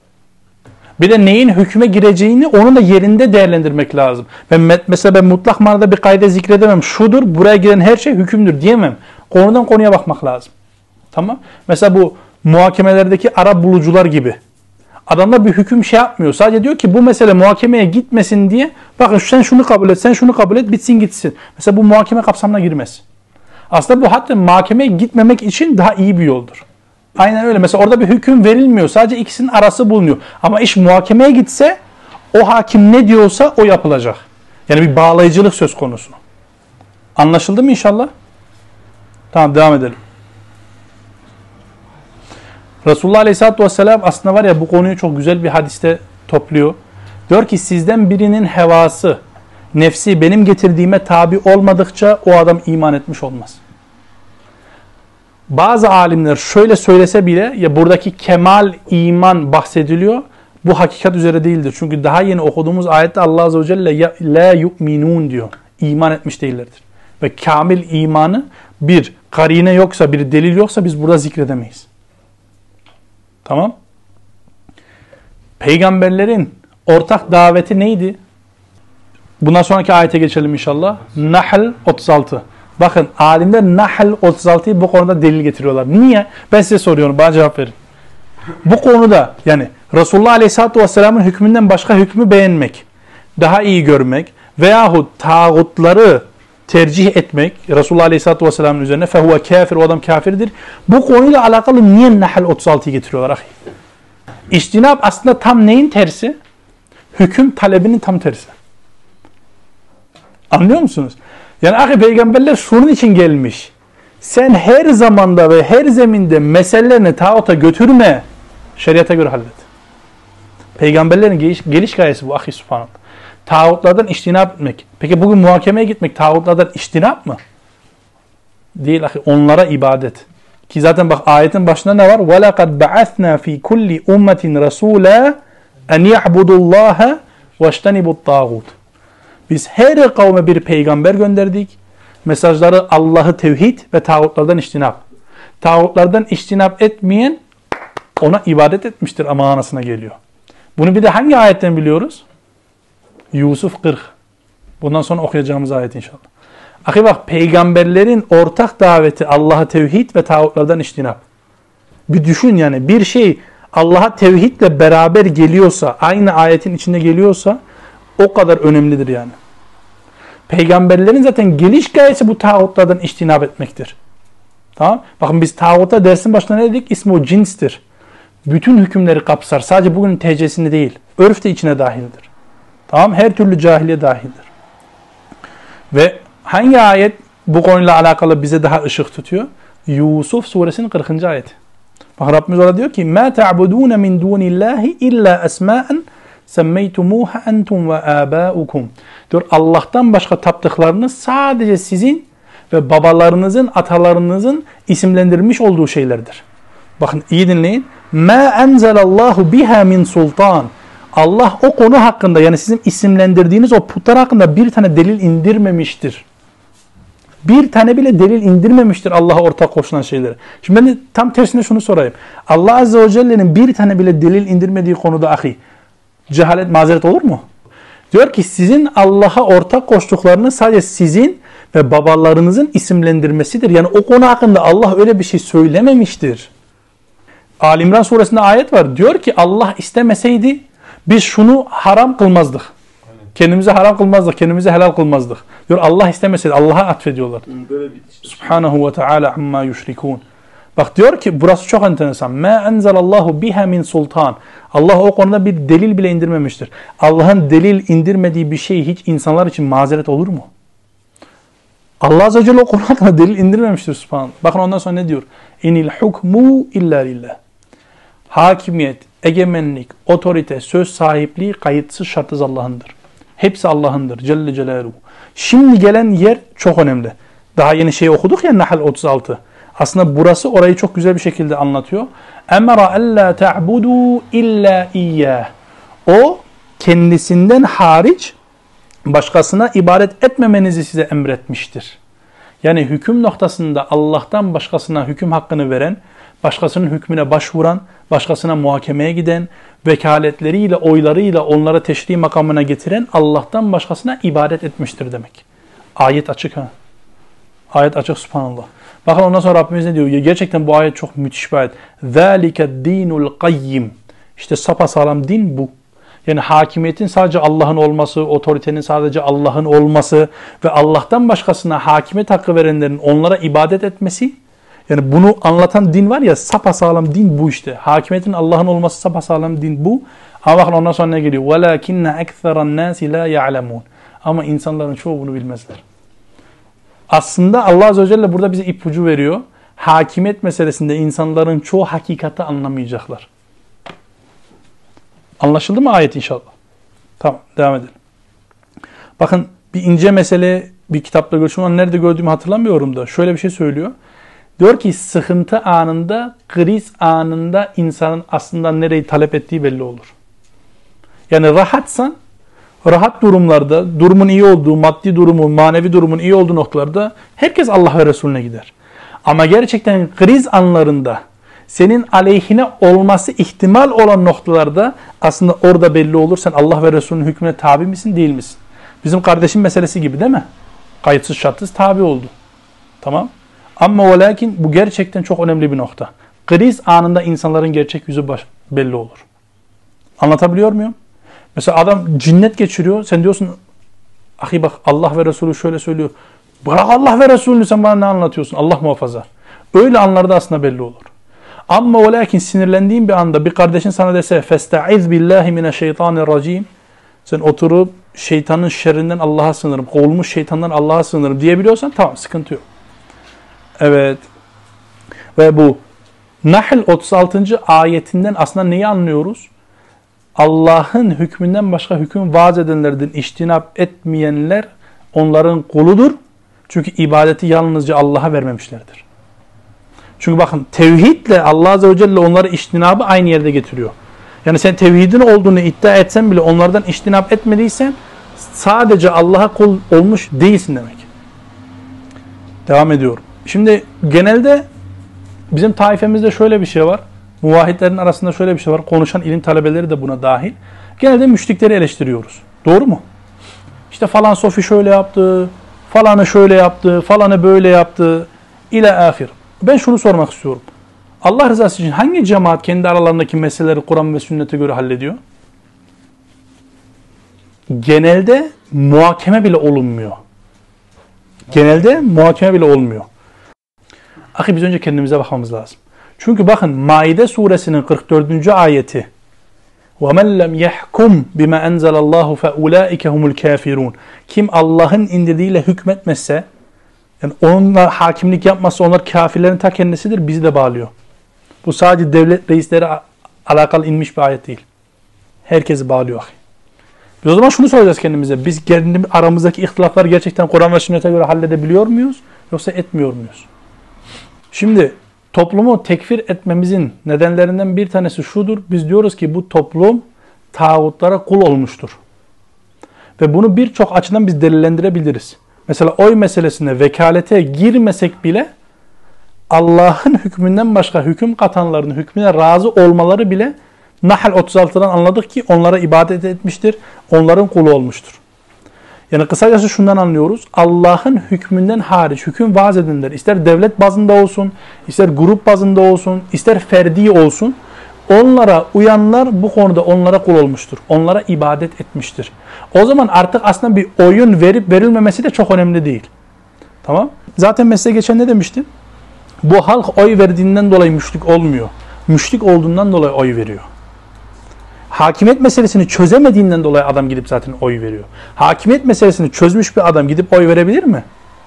Bir de neyin hükme gireceğini onun da yerinde değerlendirmek lazım. Ben mesela ben mutlak manada bir kaide zikredemem. Şudur, buraya giren her şey hükümdür diyemem. Konudan konuya bakmak lazım. Tamam? Mesela bu muhakemelerdeki ara bulucular gibi. Adamlar bir hüküm şey yapmıyor. Sadece diyor ki bu mesele muhakemeye gitmesin diye, bakın sen şunu kabul et, sen şunu kabul et, bitsin gitsin. Mesela bu muhakeme kapsamına girmez. Aslında bu hatta mahkemeye gitmemek için daha iyi bir yoldur. Aynen öyle. Mesela orada bir hüküm verilmiyor. Sadece ikisinin arası bulunuyor. Ama iş muhakemeye gitse o hakim ne diyorsa o yapılacak. Yani bir bağlayıcılık söz konusu. Anlaşıldı mı inşallah? Tamam, devam edelim. Resulullah Aleyhisselatü Vesselam aslında var ya bu konuyu çok güzel bir hadiste topluyor. Diyor ki sizden birinin hevası, nefsi benim getirdiğime tabi olmadıkça o adam iman etmiş olmaz. Bazı alimler şöyle söylese bile ya buradaki kemal iman bahsediliyor. Bu hakikat üzere değildir. Çünkü daha yeni okuduğumuz ayette Allah Azze ve Celle la yu'minun diyor. İman etmiş değillerdir. Ve kamil imanı bir karine yoksa, bir delil yoksa biz burada zikredemeyiz. Tamam. Peygamberlerin ortak daveti neydi? Bundan sonraki ayete geçelim inşallah. Nahl otuz altı. Bakın alimler Nahl otuz altıyı bu konuda delil getiriyorlar. Niye? Ben size soruyorum. Bana cevap verin. Bu konuda yani Resulullah Aleyhisselatü Vesselam'ın hükmünden başka hükmü beğenmek, daha iyi görmek veyahut tağutları tercih etmek Resulullah Aleyhisselatü Vesselam'ın üzerine fehuve kafir, o adam kafirdir. Bu konuyla alakalı niye Nahl otuz altıyı getiriyorlar? Ahi? İçtinab aslında tam neyin tersi? Hüküm talebinin tam tersi. Anlıyor musunuz? Yani ahi peygamberler şunun için gelmiş. Sen her zamanda ve her zeminde meselelerini tağuta götürme. Şeriata göre hallet. Peygamberlerin geliş, geliş gayesi bu ahi subhanallah. Tağutlardan içtinab etmek. Peki bugün muhakemeye gitmek tağutlardan içtinab mı? Değil ahi. Onlara ibadet. Ki zaten bak ayetin başında ne var? وَلَقَدْ بَعَثْنَا ف۪ي كُلِّ اُمَّةٍ رَسُولًا اَنْ يَعْبُدُوا اللّٰهَ وَاشْتَنِبُوا الطَّاغُوتِ. Biz her kavme bir peygamber gönderdik. Mesajları Allah'ı tevhid ve tağutlardan içtinab. Tağutlardan içtinab etmeyen ona ibadet etmiştir ama anasına geliyor. Bunu bir de hangi ayetten biliyoruz? Yusuf kırk. Bundan sonra okuyacağımız ayet inşallah. Ahi bak peygamberlerin ortak daveti Allah'a tevhid ve tağutlardan içtinab. Bir düşün yani bir şey Allah'a tevhidle beraber geliyorsa, aynı ayetin içinde geliyorsa o kadar önemlidir yani. Peygamberlerin zaten geliş gayesi bu tağutlardan içtinab etmektir. Tamam? Bakın biz tağuta dersin başında ne dedik? İsmi o cinstir. Bütün hükümleri kapsar. Sadece bugünün T C'sini değil. Örf de içine dahildir. Tamam? Her türlü cahiliye dahildir. Ve hangi ayet bu konuyla alakalı bize daha ışık tutuyor? Yusuf suresinin kırkıncı ayeti. Bak Rabbimiz orada diyor ki مَا تَعْبُدُونَ مِنْ دُونِ اللّٰهِ إِلَّا أَسْمَاءً سَمَّيْتُمُوهَا أَنْتُمْ وَآبَاؤُكُمْ. Diyor Allah'tan başka taptıklarınız sadece sizin ve babalarınızın, atalarınızın isimlendirmiş olduğu şeylerdir. Bakın iyi dinleyin. مَا أَنْزَلَ اللّٰهُ بِهَا مِنْ سُلْطَانٍ. Allah o konu hakkında yani sizin isimlendirdiğiniz o putlar hakkında bir tane delil indirmemiştir. Bir tane bile delil indirmemiştir Allah'a ortak koşulan şeyleri. Şimdi ben de tam tersine şunu sorayım. Allah Azze ve Celle'nin bir tane bile delil indirmediği konuda ahi cehalet mazeret olur mu? Diyor ki sizin Allah'a ortak koştuklarını sadece sizin ve babalarınızın isimlendirmesidir. Yani o konu hakkında Allah öyle bir şey söylememiştir. Ali İmran suresinde ayet var. Diyor ki Allah istemeseydi biz şunu haram kılmazdık. Kendimize haram kılmazdık, kendimize helal kılmazdık. Diyor Allah istemeseydi, Allah'a atfediyorlar. Subhanahu ve Teala amma yüşrikûn. Bak diyor ki burası çok enteresan. مَا أَنْزَلَ اللّٰهُ بِهَا مِنْ sultan. Allah o konuda bir delil bile indirmemiştir. Allah'ın delil indirmediği bir şey hiç insanlar için mazeret olur mu? Allah Azze ve Celle o konuda delil indirmemiştir subhanallah. Bakın ondan sonra ne diyor? اِنِ الْحُكْمُ اِلَّا لِلّٰهِ. Hakimiyet, egemenlik, otorite, söz sahipliği kayıtsız şartsız Allah'ındır. Hepsi Allah'ındır. Celle Celaluhu. Şimdi gelen yer çok önemli. Daha yeni şey okuduk ya Nahl otuz altı. Aslında burası orayı çok güzel bir şekilde anlatıyor. Emara alla ta'budu illa iyyah. O kendisinden hariç başkasına ibadet etmemenizi size emretmiştir. Yani hüküm noktasında Allah'tan başkasına hüküm hakkını veren, başkasının hükmüne başvuran, başkasına muhakemeye giden, vekaletleriyle, oylarıyla onlara teşri makamına getiren Allah'tan başkasına ibadet etmiştir demek. Ayet açık ha. Ayet açık subhanallah. Bakın ondan sonra Rabbimiz ne diyor? Gerçekten bu ayet çok müthiş bir ayet. ذَٰلِكَ الدِّينُ الْقَيِّمِ. İşte sapasağlam din bu. Yani hakimiyetin sadece Allah'ın olması, otoritenin sadece Allah'ın olması ve Allah'tan başkasına hakimiyet hakkı verenlerin onlara ibadet etmesi. Yani bunu anlatan din var ya, sapasağlam din bu işte. Hakimiyetin Allah'ın olması sapasağlam din bu. Ama bakın ondan sonra ne geliyor? وَلَاكِنَّ اَكْثَرَ النَّاسِ لَا يَعْلَمُونَ. Ama insanların çoğu bunu bilmezler. Aslında Allah Azze ve Celle burada bize ipucu veriyor. hakimiyet meselesinde insanların çoğu hakikati anlamayacaklar. Anlaşıldı mı ayet inşallah? Tamam, devam edelim. Bakın bir ince mesele bir kitapta görüşüm nerede gördüğümü hatırlamıyorum da şöyle bir şey söylüyor. Diyor ki sıkıntı anında, kriz anında insanın aslında nereyi talep ettiği belli olur. Yani rahatsan, rahat durumlarda, durumun iyi olduğu, maddi durumun, manevi durumun iyi olduğu noktalarda herkes Allah ve Resulüne gider. Ama gerçekten kriz anlarında senin aleyhine olması ihtimal olan noktalarda aslında orada belli olur. Sen Allah ve Resulünün hükmüne tabi misin, değil misin? Bizim kardeşin meselesi gibi değil mi? Kayıtsız şartsız tabi oldu. Tamam. Ama ve lakin bu gerçekten çok önemli bir nokta. Kriz anında insanların gerçek yüzü baş, belli olur. Anlatabiliyor muyum? Mesela adam cinnet geçiriyor. Sen diyorsun, ahi bak Allah ve Resulü şöyle söylüyor. Bırak Allah ve Resulünü, sen bana ne anlatıyorsun? Allah muhafaza. Öyle anlarda aslında belli olur. Ama ve lakin sinirlendiğin bir anda bir kardeşin sana dese festaiz billahi mineşşeytanirracim, sen oturup şeytanın şerrinden Allah'a sığınırım, kovulmuş şeytandan Allah'a sığınırım diyebiliyorsan tamam, sıkıntı yok. Evet. Ve bu Nahl otuz altıncı ayetinden aslında neyi anlıyoruz? Allah'ın hükmünden başka hüküm vaaz edenlerden içtinap etmeyenler onların kuludur. Çünkü ibadeti yalnızca Allah'a vermemişlerdir. Çünkü bakın tevhidle Allah Azze ve Celle onları içtinabı aynı yerde getiriyor. Yani sen tevhidin olduğunu iddia etsen bile onlardan içtinap etmediysen sadece Allah'a kul olmuş değilsin demek. Devam ediyorum. Şimdi genelde bizim taifemizde şöyle bir şey var. Muvahhidlerin arasında şöyle bir şey var. Konuşan ilim talebeleri de buna dahil. Genelde müşrikleri eleştiriyoruz. Doğru mu? İşte falan sofi şöyle yaptı, falanı şöyle yaptı, falanı böyle yaptı. İle ahir. Ben şunu sormak istiyorum. Allah rızası için hangi cemaat kendi aralarındaki meseleleri Kur'an ve sünnete göre hallediyor? Genelde muhakeme bile olunmuyor. Genelde muhakeme bile olmuyor. Ahi biz önce kendimize bakmamız lazım. Çünkü bakın Maide suresinin kırk dördüncü ayeti وَمَنْ لَمْ يَحْكُمْ بِمَا أَنْزَلَ اللّٰهُ فَاُولَٰئِكَ هُمُ الْكَافِرُونَ Kim Allah'ın indirdiğiyle hükmetmezse, yani onunla hakimlik yapmazsa onlar kafirlerin ta kendisidir, bizi de bağlıyor. Bu sadece devlet reisleri alakalı inmiş bir ayet değil. Herkesi bağlıyor. Biz o zaman şunu soracağız kendimize. Biz kendi aramızdaki ihtilafları gerçekten Kur'an ve sünnete göre halledebiliyor muyuz? Yoksa etmiyor muyuz? Şimdi toplumu tekfir etmemizin nedenlerinden bir tanesi şudur. Biz diyoruz ki bu toplum tağutlara kul olmuştur. Ve bunu birçok açıdan biz delillendirebiliriz. Mesela oy meselesine vekalete girmesek bile Allah'ın hükmünden başka hüküm katanların hükmüne razı olmaları bile Nahl otuz altıdan anladık ki onlara ibadet etmiştir, onların kulu olmuştur. Yani kısacası şundan anlıyoruz. Allah'ın hükmünden hariç hüküm vaaz edenler, ister devlet bazında olsun, ister grup bazında olsun, ister ferdi olsun, onlara uyanlar bu konuda onlara kul olmuştur. Onlara ibadet etmiştir. O zaman artık aslında bir oyun verip verilmemesi de çok önemli değil. Tamam? Zaten ben size geçen ne demiştim? Bu halk oy verdiğinden dolayı müşrik olmuyor. Müşrik olduğundan dolayı oy veriyor. Hakimiyet meselesini çözemediğinden dolayı adam gidip zaten oy veriyor. Hakimiyet meselesini çözmüş bir adam gidip oy verebilir mi?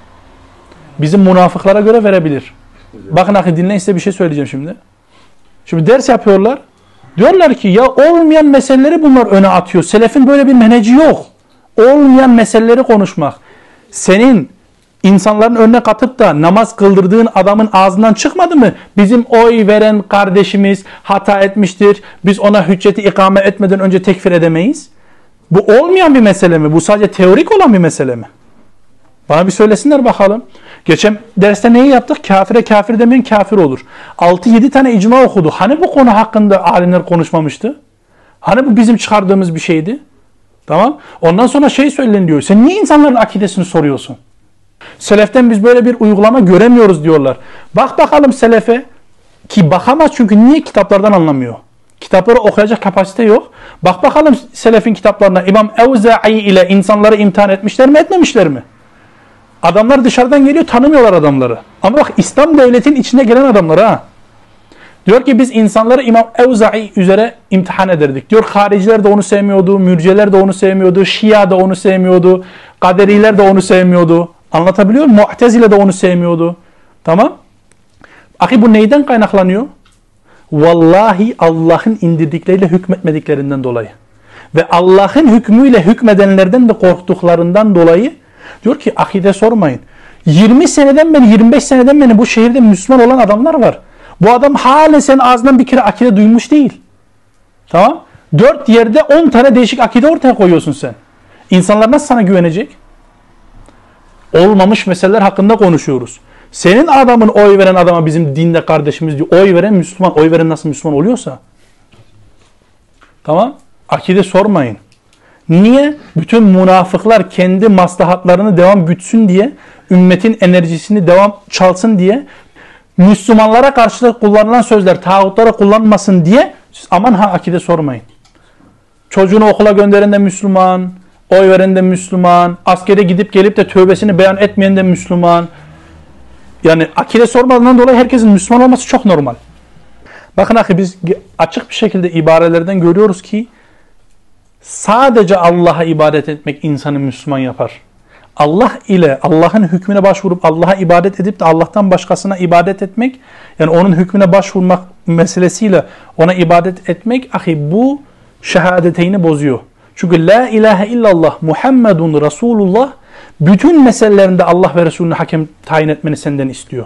Bizim münafıklara göre verebilir. Bakın akı dinleyin, size bir şey söyleyeceğim şimdi. Şimdi ders yapıyorlar. Diyorlar ki ya olmayan meseleleri bunlar öne atıyor. Selefin böyle bir menheci yok. Olmayan meseleleri konuşmak. Senin insanların önüne katıp da namaz kıldırdığın adamın ağzından çıkmadı mı? Bizim oy veren kardeşimiz hata etmiştir. Biz ona hücceti ikame etmeden önce tekfir edemeyiz. Bu olmayan bir mesele mi? Bu sadece teorik olan bir mesele mi? Bana bir söylesinler bakalım. Geçen derste neyi yaptık? Kafire kafir demeyin, kafir olur. altı yedi tane icma okudu. Hani bu konu hakkında alimler konuşmamıştı? Hani bu bizim çıkardığımız bir şeydi? Tamam. Ondan sonra şey söyleniliyor. Sen niye insanların akidesini soruyorsun? Seleften biz böyle bir uygulama göremiyoruz diyorlar. Bak bakalım selefe, ki bakamaz çünkü niye? Kitaplardan anlamıyor. Kitapları okuyacak kapasite yok. Bak bakalım selefin kitaplarına. İmam Evza'i ile insanları imtihan etmişler mi, etmemişler mi? Adamlar dışarıdan geliyor, tanımıyorlar adamları. Ama bak İslam devletinin içine gelen adamlar ha. Diyor ki biz insanları İmam Evza'i üzere imtihan ederdik. Diyor hariciler de onu sevmiyordu, mürciler de onu sevmiyordu, Şia da onu sevmiyordu, Kaderiler de onu sevmiyordu. Anlatabiliyor muyum? Mu'tezile de onu sevmiyordu. Tamam. Ahi bu neyden kaynaklanıyor? Vallahi Allah'ın indirdikleriyle hükmetmediklerinden dolayı. Ve Allah'ın hükmüyle hükmedenlerden de korktuklarından dolayı diyor ki akide sormayın. yirmi seneden beri, yirmi beş seneden beri bu şehirde Müslüman olan adamlar var. Bu adam halen senin ağzından bir kere akide duymuş değil. Tamam? Dört yerde on tane değişik akide ortaya koyuyorsun sen. İnsanlar nasıl sana güvenecek? Olmamış meseleler hakkında konuşuyoruz. Senin adamın oy veren adama bizim dinde kardeşimiz diyor. Oy veren Müslüman. Oy veren nasıl Müslüman oluyorsa. Tamam? Akide sormayın. Niye? Bütün münafıklar kendi maslahatlarını devam gütsün diye, ümmetin enerjisini devam çalsın diye, Müslümanlara karşı kullanılan sözler tağutlara kullanmasın diye aman ha akide sormayın. Çocuğunu okula gönderen de Müslüman, oy veren de Müslüman, askere gidip gelip de tövbesini beyan etmeyen de Müslüman. Yani akide sormadığından dolayı herkesin Müslüman olması çok normal. Bakın ahi biz açık bir şekilde ibarelerden görüyoruz ki sadece Allah'a ibadet etmek insanı Müslüman yapar. Allah ile Allah'ın hükmüne başvurup Allah'a ibadet edip de Allah'tan başkasına ibadet etmek, yani onun hükmüne başvurmak meselesiyle ona ibadet etmek ahi bu şehadeteyni bozuyor. Çünkü la ilahe illallah Muhammedun Resulullah bütün meselelerinde Allah ve Resulüne hakem tayin etmeni senden istiyor.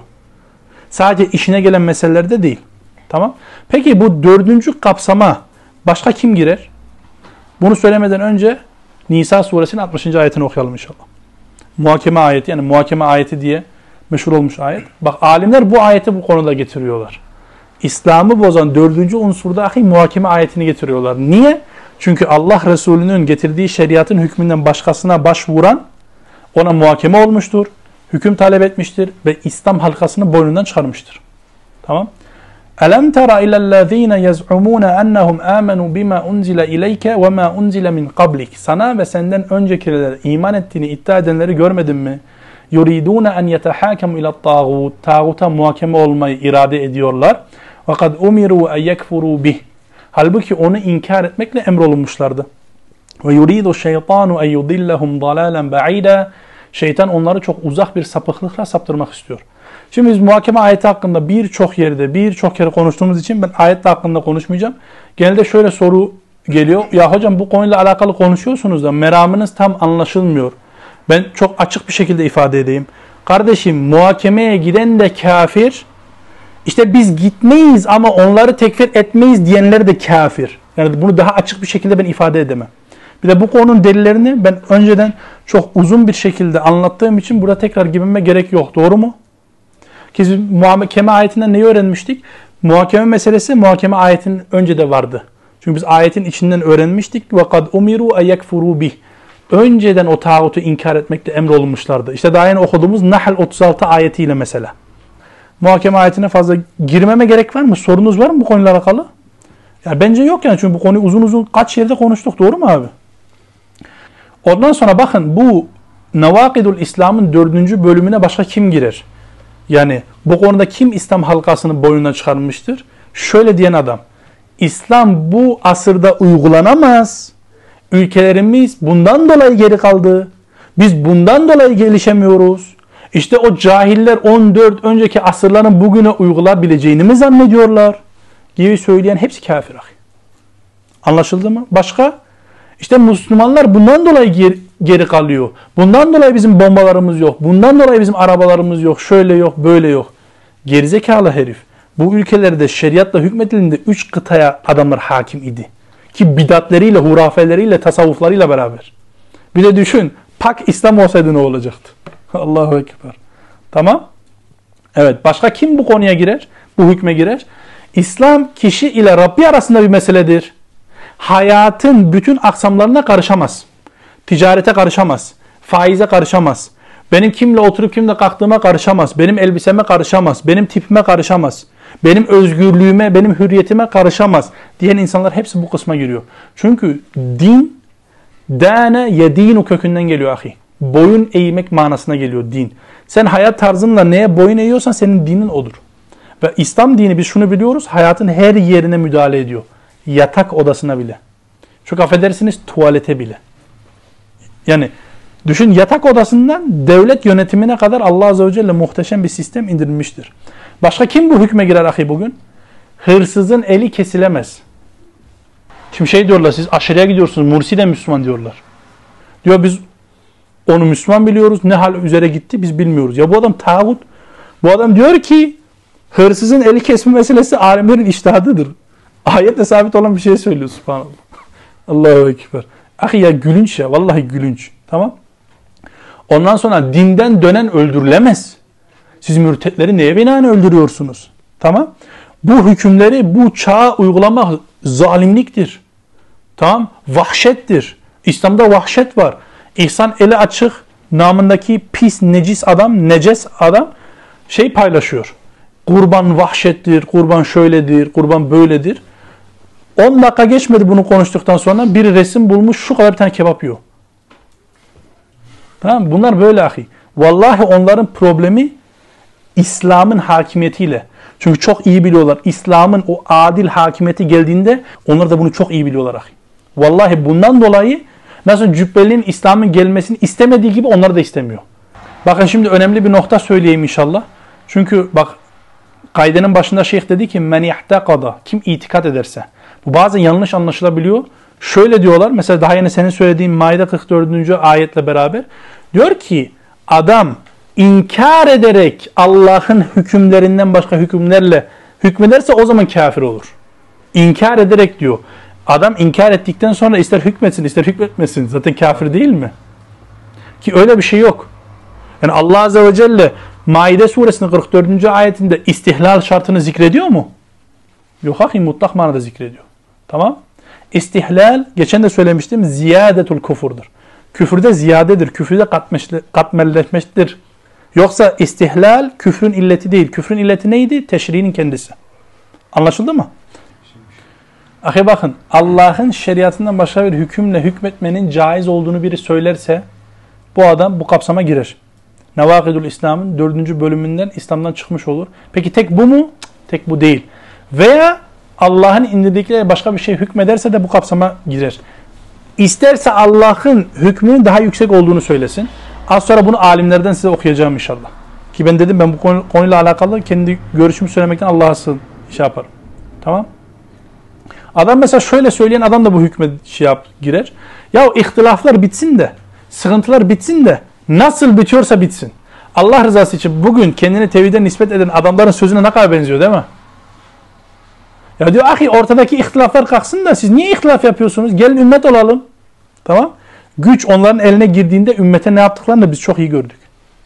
Sadece işine gelen meselelerde değil. Tamam. Peki bu dördüncü kapsama başka kim girer? Bunu söylemeden önce Nisa suresinin altmışıncı ayetini okuyalım inşallah. Muhakeme ayeti, yani muhakeme ayeti diye meşhur olmuş ayet. Bak alimler bu ayeti bu konuda getiriyorlar. İslam'ı bozan dördüncü unsurda ahi muhakeme ayetini getiriyorlar. Niye? Çünkü Allah Resulü'nün getirdiği şeriatın hükmünden başkasına başvuran ona muhakeme olmuştur, hüküm talep etmiştir ve İslam halkasını boynundan çıkarmıştır. Tamam? Elem tera ilellezine yaz'umun ennehum amenu bima unzila ileyke ve ma unzila min qablik. Sana ve senden öncekilere iman ettiğini iddia edenleri görmedin mi? Yuriduna en yetehakemu ila tağut. Tağuta muhakeme olmayı irade ediyorlar. Ve kad umiru en yekfuru bih. Halbuki onu inkar etmekle emrolunmuşlardı. Ve yuridu şeytanu en yudillahum dalalen ba'ida. Şeytan onları çok uzak bir sapıklıkla saptırmak istiyor. Şimdi biz muhakeme ayeti hakkında birçok yerde, birçok kere konuştuğumuz için ben ayetle hakkında konuşmayacağım. Genelde şöyle soru geliyor. Ya hocam bu konuyla alakalı konuşuyorsunuz da meramınız tam anlaşılmıyor. Ben çok açık bir şekilde ifade edeyim. Kardeşim muhakemeye giden de kafir. İşte biz gitmeyiz ama onları tekfir etmeyiz diyenler de kafir. Yani bunu daha açık bir şekilde ben ifade edemem. Bir de bu konunun delillerini ben önceden çok uzun bir şekilde anlattığım için burada tekrar girmeme gerek yok. Doğru mu? Ki biz muhakeme ayetinden neyi öğrenmiştik? Muhakeme meselesi muhakeme ayetinin önce de vardı. Çünkü biz ayetin içinden öğrenmiştik. وَقَدْ اُمِرُوا اَيَكْفُرُوا بِهِ Önceden o tağutu inkar etmekle emrolunmuşlardı. İşte daha yeni okuduğumuz Nahl otuz altı ayetiyle mesela. Muhakeme ayetine fazla girmeme gerek var mı? Sorunuz var mı bu konuyla alakalı? Ya bence yok yani çünkü bu konuyu uzun uzun kaç yerde konuştuk. Doğru mu abi? Ondan sonra bakın bu Nevâkidul İslam'ın dördüncü bölümüne başka kim girer? Yani bu konuda kim İslam halkasını boynuna çıkarmıştır? Şöyle diyen adam. İslam bu asırda uygulanamaz. Ülkelerimiz bundan dolayı geri kaldı. Biz bundan dolayı gelişemiyoruz. İşte o cahiller on dört önceki asırların bugüne uygulayabileceğini mi zannediyorlar? Gibi söyleyen hepsi kafir. Anlaşıldı mı? Başka? İşte Müslümanlar bundan dolayı geri, geri kalıyor. Bundan dolayı bizim bombalarımız yok. Bundan dolayı bizim arabalarımız yok. Şöyle yok, böyle yok. Gerizekalı herif. Bu ülkelerde şeriatla hükmedildiğinde üç kıtaya adamlar hakim idi. Ki bidatleriyle, hurafeleriyle, tasavvuflarıyla beraber. Bir de düşün, pak İslam olsaydı ne olacaktı? Allahu Ekber. Tamam. Evet, başka kim bu konuya girer? Bu hükme girer? İslam kişi ile Rabbi arasında bir meseledir. Hayatın bütün aksamlarına karışamaz. Ticarete karışamaz. Faize karışamaz. Benim kimle oturup kimle kalktığıma karışamaz. Benim elbiseme karışamaz. Benim tipime karışamaz. Benim özgürlüğüme, benim hürriyetime karışamaz diyen insanlar hepsi bu kısma giriyor. Çünkü din, dâne yedînu kökünden geliyor ahi. Boyun eğmek manasına geliyor din. Sen hayat tarzınla neye boyun eğiyorsan senin dinin odur. Ve İslam dini biz şunu biliyoruz, hayatın her yerine müdahale ediyor. Yatak odasına bile. Çok affedersiniz tuvalete bile. Yani Düşün, yatak odasından devlet yönetimine kadar Allah Azze ve Celle muhteşem bir sistem indirilmiştir. Başka kim bu hükme girer ahi bugün? Hırsızın eli kesilemez. Şimdi şey diyorlar, siz aşırıya gidiyorsunuz, Mursi de Müslüman diyorlar. Diyor biz onu Müslüman biliyoruz, ne hal üzere gitti biz bilmiyoruz. Ya bu adam tağut. Bu adam diyor ki hırsızın eli kesme meselesi alimlerin içtihadıdır. Ayetle sabit olan bir şey söylüyor subhanallah. Allahu Ekber. Ahi ya gülünç ya, vallahi gülünç. Tamam. Ondan sonra dinden dönen öldürülemez. Siz mürtetleri neye binaen öldürüyorsunuz? Tamam. Bu hükümleri bu çağa uygulamak zalimliktir. Tamam. Vahşettir. İslam'da vahşet var. İhsan eli açık namındaki pis, necis adam, neces adam şey paylaşıyor. Kurban vahşettir, kurban şöyledir, kurban böyledir. on dakika geçmedi bunu konuştuktan sonra bir resim bulmuş, şu kadar bir tane kebap yiyor. Tamam, bunlar böyle ahi. Vallahi onların problemi İslam'ın hakimiyetiyle. Çünkü çok iyi biliyorlar. İslam'ın o adil hakimiyeti geldiğinde onlar da bunu çok iyi biliyorlar ahi. Vallahi bundan dolayı nasıl Cübbeli'nin İslam'ın gelmesini istemediği gibi onlar da istemiyor. Bakın şimdi önemli bir nokta söyleyeyim inşallah. Çünkü bak kaidenin başında şeyh dedi ki men ihtakada, kim itikat ederse. Bu bazen yanlış anlaşılabiliyor. Şöyle diyorlar, mesela daha yeni senin söylediğin Maide kırk dördüncü ayetle beraber diyor ki adam inkar ederek Allah'ın hükümlerinden başka hükümlerle hükmederse o zaman kafir olur. İnkar ederek diyor. Adam inkar ettikten sonra ister hükmetsin ister hükmetmesin zaten kafir değil mi? Ki öyle bir şey yok. Yani Allah Azze ve Celle Maide suresinin kırk dördüncü ayetinde istihlal şartını zikrediyor mu? Yok ahi, mutlak manada zikrediyor. Tamam. İstihlal, geçen de söylemiştim, ziyadetul kufurdur. Küfürde ziyadedir. Küfürde katmerleşmektir. Yoksa istihlal küfrün illeti değil. Küfrün illeti neydi? Teşriğinin kendisi. Anlaşıldı mı? Ahi bakın, Allah'ın şeriatından başka bir hükümle hükmetmenin caiz olduğunu biri söylerse bu adam bu kapsama girer. Nevâkidul İslam'ın dördüncü bölümünden İslam'dan çıkmış olur. Peki tek bu mu? Tek bu değil. Veya Allah'ın indirdikleri başka bir şey hükmederse de bu kapsama girer. İsterse Allah'ın hükmünün daha yüksek olduğunu söylesin. Az sonra bunu alimlerden size okuyacağım inşallah. Ki ben dedim ben bu konu, konuyla alakalı kendi görüşümü söylemekten Allah'a sığın şey yaparım. Tamam. Adam mesela şöyle söyleyen adam da bu hükme şey yap, girer. Ya ihtilaflar bitsin de, sıkıntılar bitsin de nasıl bitiyorsa bitsin. Allah rızası için bugün kendini tevhide nispet eden adamların sözüne ne kadar benziyor değil mi? Ya diyor ahi ortadaki ihtilaflar kalksın da siz niye ihtilaf yapıyorsunuz? Gelin ümmet olalım. Tamam. Güç onların eline girdiğinde ümmete ne yaptıklarını da biz çok iyi gördük.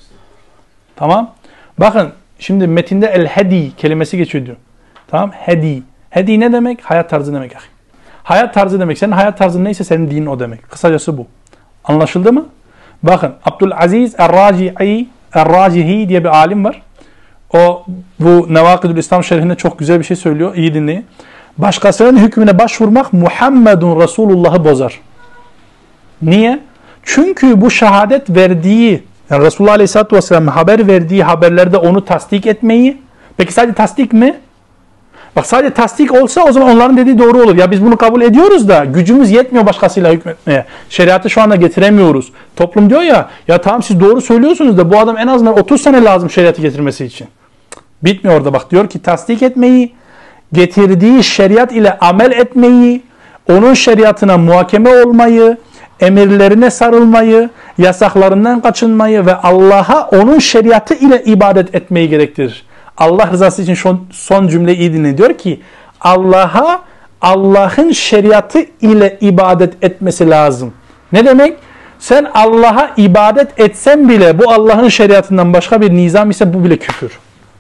Tamam. Bakın şimdi metinde el-hedi kelimesi geçiyor diyor. Tamam. Hedi. Hedi ne demek? Hayat tarzı demek ahi. Hayat tarzı demek. Senin hayat tarzın neyse senin dinin o demek. Kısacası bu. Anlaşıldı mı? Bakın Abdülaziz Er-Raci'i Er-Racihi diye bir alim var. O bu Nevâkidul İslam şerhinde çok güzel bir şey söylüyor. İyi dinleyin. Başkasının hükmüne başvurmak Muhammedun Resulullah'ı bozar. Niye? Çünkü bu şehadet verdiği, yani Resulullah Aleyhisselatü Vesselam'ın haber verdiği haberlerde onu tasdik etmeyi, peki sadece tasdik mi? Bak sadece tasdik olsa o zaman onların dediği doğru olur. Ya biz bunu kabul ediyoruz da gücümüz yetmiyor başkasıyla hükmetmeye. Şeriatı şu anda getiremiyoruz. Toplum diyor ya, ya tamam siz doğru söylüyorsunuz da bu adam en azından otuz sene lazım şeriatı getirmesi için. Bitmiyor orada bak, diyor ki tasdik etmeyi, getirdiği şeriat ile amel etmeyi, onun şeriatına muhakeme olmayı, emirlerine sarılmayı, yasaklarından kaçınmayı ve Allah'a onun şeriatı ile ibadet etmeyi gerektirir. Allah rızası için son, son cümleyi iyi dinleyin. Diyor ki Allah'a Allah'ın şeriatı ile ibadet etmesi lazım. Ne demek? Sen Allah'a ibadet etsen bile bu Allah'ın şeriatından başka bir nizam ise bu bile küfür.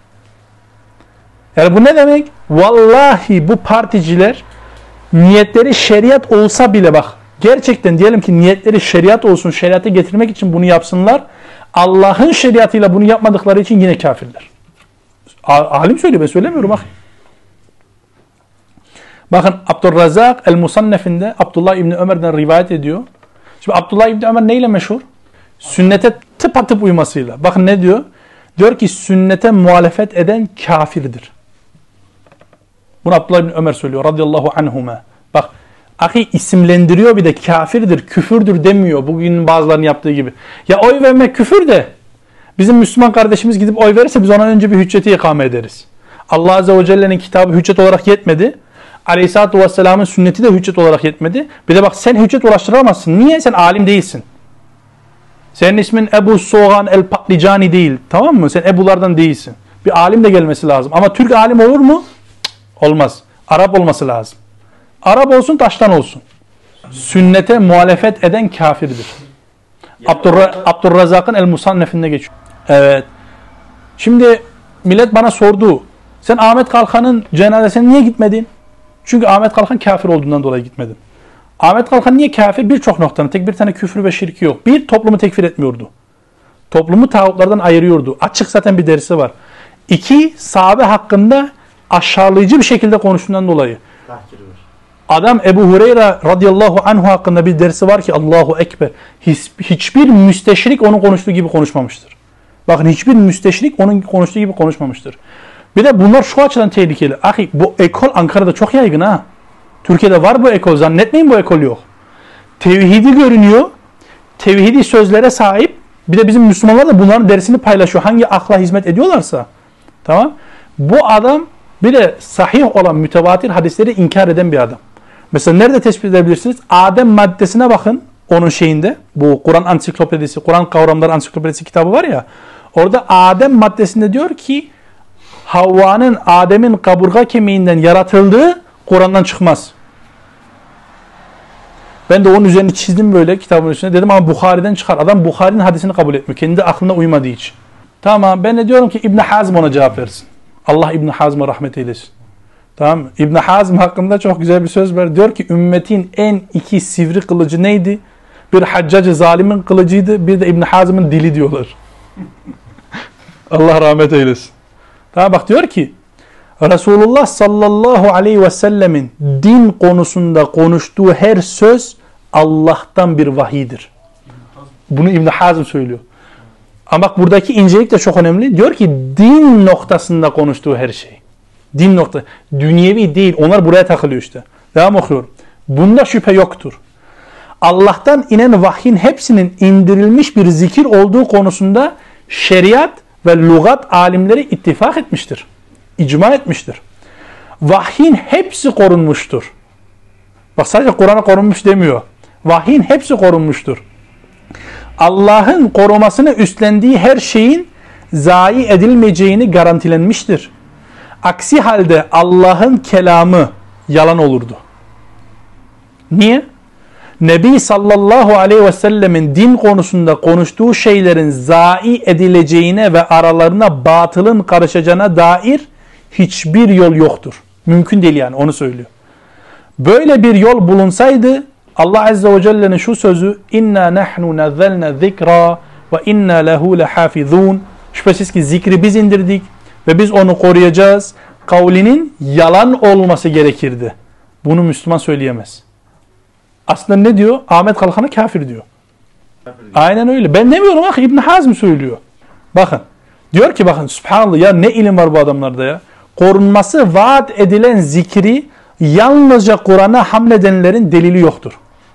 Yani bu ne demek? Vallahi bu particiler niyetleri şeriat olsa bile bak gerçekten diyelim ki niyetleri şeriat olsun, şeriatı getirmek için bunu yapsınlar. Allah'ın şeriatıyla bunu yapmadıkları için yine kafirler. Alim söylüyor, ben söylemiyorum bak. Bakın Abdurrazak el-Musannef'inde Abdullah İbni Ömer'den rivayet ediyor. Şimdi Abdullah İbni Ömer neyle meşhur? Sünnete tıpatıp uymasıyla. Bakın ne diyor? Diyor ki sünnete muhalefet eden kafirdir. Bunu Abdullah İbni Ömer söylüyor radıyallahu anhuma. Bak Ahi isimlendiriyor, bir de kafirdir, küfürdür demiyor. Bugün bazılarının yaptığı gibi. Ya oy vermek küfür de bizim Müslüman kardeşimiz gidip oy verirse biz ona önce bir hücceti ikame ederiz. Allah Azze ve Celle'nin kitabı hüccet olarak yetmedi. Aleyhisselatü Vesselam'ın sünneti de hüccet olarak yetmedi. Bir de bak sen hüccet ulaştıramazsın. Niye? Sen alim değilsin. Senin ismin Ebu Soğan el-Patlicani değil. Tamam mı? Sen Ebu'lardan değilsin. Bir alim de gelmesi lazım. Ama Türk alim olur mu? Cık, olmaz. Arap olması lazım. Arap olsun, taştan olsun. Sünnete muhalefet eden kafirdir. Abdurra, Abdurrazak'ın El-Musannef'inde geçiyor. Evet. Şimdi millet bana sordu. Sen Ahmet Kalkan'ın cenazesine niye gitmedin? Çünkü Ahmet Kalkan kafir olduğundan dolayı gitmedim. Ahmet Kalkan niye kafir? Birçok noktanın. Tek bir tane küfür ve şirki yok. Bir, toplumu tekfir etmiyordu. Toplumu tağutlardan ayırıyordu. Açık zaten bir dersi var. İki, sahabe hakkında aşağılayıcı bir şekilde konuştuğundan dolayı. Adam Ebu Hureyre radıyallahu anhu hakkında bir dersi var ki Allahu Ekber. Hiç, hiçbir müsteşrik onun konuştuğu gibi konuşmamıştır. Bakın hiçbir müsteşrik onun konuştuğu gibi konuşmamıştır. Bir de bunlar şu açıdan tehlikeli. Ahi bu ekol Ankara'da çok yaygın ha. Türkiye'de var bu ekol. Zannetmeyin bu ekol yok. Tevhidi görünüyor. Tevhidi sözlere sahip. Bir de bizim Müslümanlar da bunların dersini paylaşıyor. Hangi akla hizmet ediyorlarsa. Tamam. Bu adam bir de sahih olan mütevatir hadisleri inkar eden bir adam. Mesela nerede tespit edebilirsiniz? Adem maddesine bakın. Onun şeyinde. Bu Kur'an ansiklopedisi, Kur'an kavramları ansiklopedisi kitabı var ya. Orada Adem maddesinde diyor ki Havva'nın Adem'in kaburga kemiğinden yaratıldığı Kur'an'dan çıkmaz. Ben de onun üzerine çizdim böyle kitabın üstüne. Dedim ama Bukhari'den çıkar. Adam Bukhari'nin hadisini kabul etmiyor. Kendi aklına uymadığı için. Tamam, ben de diyorum ki İbn Hazm ona cevap versin. Allah İbn Hazm'a rahmet eylesin. Tamam, İbn Hazm hakkında çok güzel bir söz var. Diyor ki ümmetin en iki sivri kılıcı neydi? Bir Haccacı zalimin kılıcıydı. Bir de İbn Hazm'ın dili diyorlar. Allah rahmet eylesin. Tamam, bak diyor ki Resulullah sallallahu aleyhi ve sellemin din konusunda konuştuğu her söz Allah'tan bir vahidir. Bunu İbn Hazm söylüyor. Ama bak buradaki incelik de çok önemli. Diyor ki din noktasında konuştuğu her şey. Din nokta. Dünyevi değil. Onlar buraya takılıyor işte. Devam okuyorum. Bunda şüphe yoktur. Allah'tan inen vahyin hepsinin indirilmiş bir zikir olduğu konusunda şeriat ve lügat alimleri ittifak etmiştir. İcma etmiştir. Vahyin hepsi korunmuştur. Bak sadece Kur'an'a korunmuş demiyor. Vahyin hepsi korunmuştur. Allah'ın korumasını üstlendiği her şeyin zayi edilmeyeceğini garantilenmiştir. Aksi halde Allah'ın kelamı yalan olurdu. Niye? Nebi sallallahu aleyhi ve sellemin din konusunda konuştuğu şeylerin zayi edileceğine ve aralarına batılın karışacağına dair hiçbir yol yoktur. Mümkün değil yani, onu söylüyor. Böyle bir yol bulunsaydı Allah Azze ve Celle'nin şu sözü inna nahnu nazzalna zikra ve inna lehu lehafizun, şüphesiz ki zikri biz indirdik ve biz onu koruyacağız kavlinin yalan olması gerekirdi. Bunu Müslüman söyleyemez. Aslında ne diyor? Ahmet Kalkan'a kafir diyor. Kafir diyor. Aynen öyle. Ben demiyorum bak, İbn Hazm söylüyor. Bakın. Diyor ki bakın subhanallah ya, ne ilim var bu adamlarda ya. Korunması vaat edilen zikri yalnızca Kur'an'a hamledenlerin delili yoktur.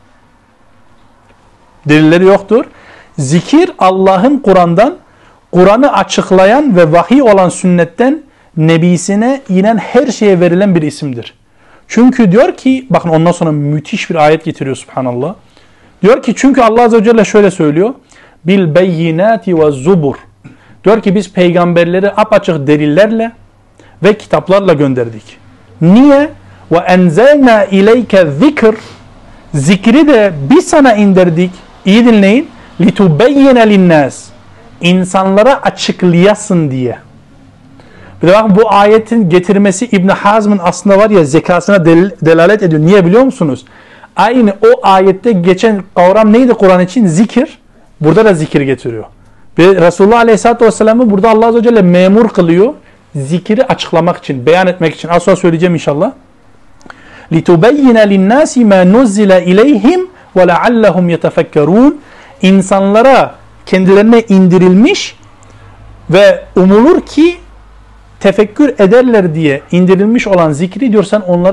Delilleri yoktur. Zikir Allah'ın Kur'an'dan, Kur'an'ı açıklayan ve vahiy olan sünnetten nebisine inen her şeye verilen bir isimdir. Çünkü diyor ki, bakın ondan sonra müthiş bir ayet getiriyor subhanallah. Diyor ki çünkü Allah Azze ve Celle şöyle söylüyor. Bil beyinati ve zubur. Diyor ki biz peygamberleri apaçık delillerle ve kitaplarla gönderdik. Niye? Ve enzelna ileyke zikr. Zikri de biz sana indirdik. İyi dinleyin. Litubeyyine linnas. İnsanlara açıklayasın diye. Bir de bakın bu ayetin getirmesi İbn Hazm'ın aslında var ya zekasına del delalet ediyor. Niye biliyor musunuz? Aynı o ayette geçen kavram neydi Kur'an için? Zikir. Burada da zikir getiriyor. Ve Resulullah Aleyhisselatü Vesselam'ı burada Allah Azze ve Celle memur kılıyor. Zikri açıklamak için, beyan etmek için. Az sonra söyleyeceğim inşallah. لِتُبَيِّنَ لِلنَّاسِ مَا نُزِّلَ اِلَيْهِمْ وَلَعَلَّهُمْ يَتَفَكَّرُونَ. İnsanlara kendilerine indirilmiş ve umulur ki tefekkür ederler diye indirilmiş olan zikri diyorsan onlara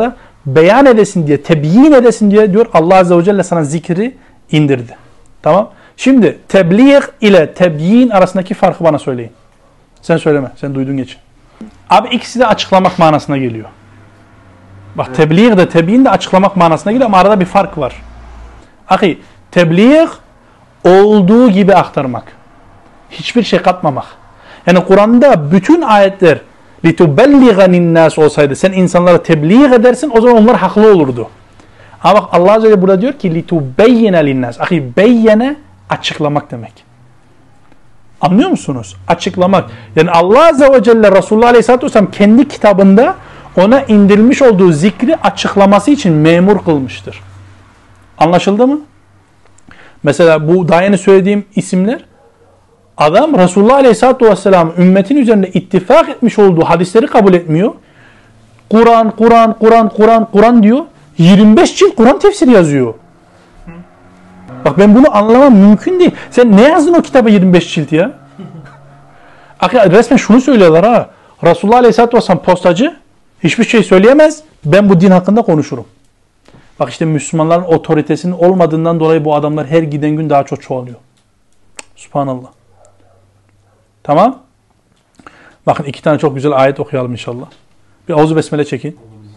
beyan edesin diye, tebyin edesin diye diyor Allah Azze ve Celle sana zikri indirdi. Tamam. Şimdi tebliğ ile tebyin arasındaki farkı bana söyleyin. Sen söyleme. Sen duyduğun için. Abi ikisi de açıklamak manasına geliyor. Bak evet. Tebliğ de tebyin de açıklamak manasına geliyor ama arada bir fark var. Ahi tebliğ olduğu gibi aktarmak. Hiçbir şey katmamak. Yani Kur'an'da bütün ayetler لِتُبَلِّغَ النَّاسِ olsaydı sen insanlara tebliğ edersin o zaman onlar haklı olurdu. Ama bak Allah Azze ve Celle burada diyor ki لِتُبَيِّنَ لِلنَّاسِ Ahi beyyene açıklamak demek. Anlıyor musunuz? Açıklamak. Yani Allah Azze ve Celle Resulullah Aleyhisselatü Vesselam kendi kitabında ona indirilmiş olduğu zikri açıklaması için memur kılmıştır. Anlaşıldı mı? Mesela bu daha yeni söylediğim isimler adam Resulullah Aleyhisselatü Vesselam ümmetin üzerinde ittifak etmiş olduğu hadisleri kabul etmiyor. Kur'an, Kur'an, Kur'an, Kur'an, Kur'an diyor. yirmi beş cilt Kur'an tefsiri yazıyor. Bak ben bunu anlamam mümkün değil. Sen ne yazdın o kitaba yirmi beş cilt ya? Resmen şunu söylüyorlar ha. Resulullah Aleyhisselatü Vesselam postacı hiçbir şey söyleyemez. Ben bu din hakkında konuşurum. Bak işte Müslümanların otoritesinin olmadığından dolayı bu adamlar her giden gün daha çok çoğalıyor. Subhanallah. Tamam. Bakın iki tane çok güzel ayet okuyalım inşallah. Bir Auzu Besmele çekin.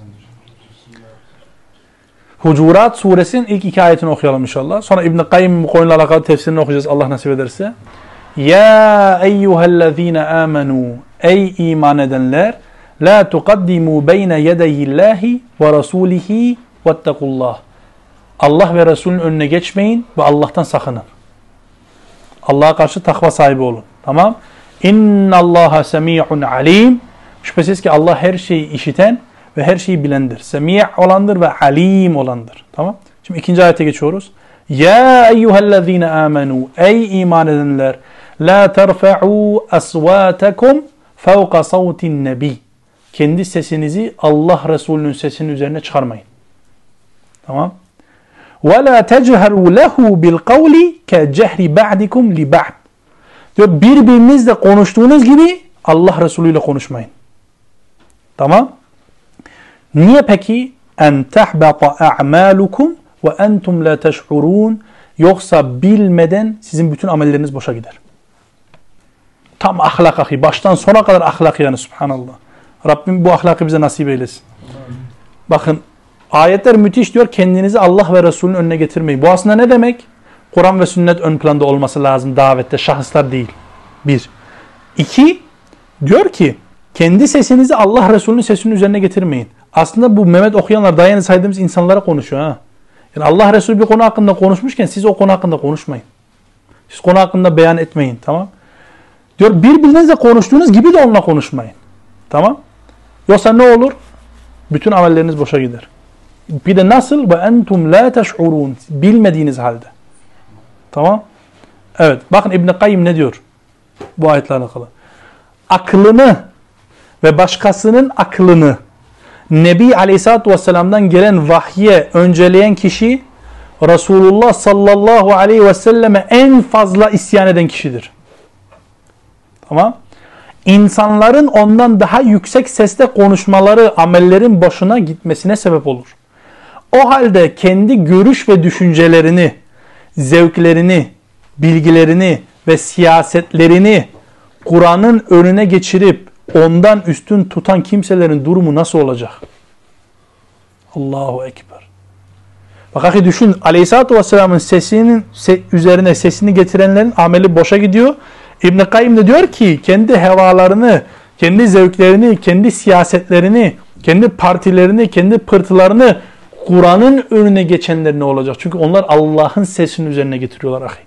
Hucurat suresinin ilk iki ayetini okuyalım inşallah. Sonra İbn-i Kayyim bu konuyla alakalı tefsirini okuyacağız Allah nasip ederse. Ya eyyühellezine amenu ey iman edenler la tuqaddimu beyne yedeyillahi ve rasulihi vettekullah. Allah ve Resulünün önüne geçmeyin ve Allah'tan sakının. Allah'a karşı takva sahibi olun. Tamam? İnnallaha semi'un alim. Şüphesiz ki Allah her şeyi işiten ve her şeyi bilendir. Semi' olandır ve alim olandır. Tamam? Şimdi ikinci ayete geçiyoruz. Ya eyyühellezine amenu ey iman edenler la terfa'u aswatakum fevka savtin nebi. Kendi sesinizi Allah Resulü'nün sesinin üzerine çıkarmayın. Tamam? Ve la techharu lehu bil kavli ke cehri ba'dikum li ba'd. Diyor birbirinizle konuştuğunuz gibi Allah Resulü ile konuşmayın. Tamam? Niye peki? En tahbata a'malukum ve entum la teş'urun. Yoksa bilmeden sizin bütün amelleriniz boşa gider. Tam ahlak ahi. Baştan sona kadar ahlak yani subhanallah. Rabbim bu ahlakı bize nasip eylesin. Bakın ayetler müthiş diyor. Kendinizi Allah ve Resulünün önüne getirmeyin. Bu aslında ne demek? Kur'an ve sünnet ön planda olması lazım davette. Şahıslar değil. Bir. İki. Diyor ki kendi sesinizi Allah Resulü'nün sesinin üzerine getirmeyin. Aslında bu Mehmet okuyanlar daha yeni saydığımız insanlara konuşuyor. Ha? Yani Allah Resulü bir konu hakkında konuşmuşken siz o konu hakkında konuşmayın. Siz konu hakkında beyan etmeyin. Tamam. Diyor birbirinizle konuştuğunuz gibi de onunla konuşmayın. Tamam. Yoksa ne olur? Bütün amelleriniz boşa gider. Bir de nasıl? Ve entum la teş'urun. Bilmediğiniz halde. Tamam. Evet. Bakın İbn-i Kayyim ne diyor? Bu ayetle alakalı. Aklını ve başkasının aklını Nebi Aleyhisselatü Vesselam'dan gelen vahye önceleyen kişi Resulullah sallallahu aleyhi ve selleme en fazla isyan eden kişidir. Tamam. İnsanların ondan daha yüksek sesle konuşmaları amellerin boşuna gitmesine sebep olur. O halde kendi görüş ve düşüncelerini, zevklerini, bilgilerini ve siyasetlerini Kur'an'ın önüne geçirip ondan üstün tutan kimselerin durumu nasıl olacak? Allahu Ekber. Bak akı düşün, Aleyhisselatü Vesselam'ın sesinin se üzerine sesini getirenlerin ameli boşa gidiyor. İbn-i Kayyim de diyor ki kendi hevalarını, kendi zevklerini, kendi siyasetlerini, kendi partilerini, kendi pırtılarını Kur'an'ın önüne geçenler ne olacak? Çünkü onlar Allah'ın sesinin üzerine getiriyorlar ahi.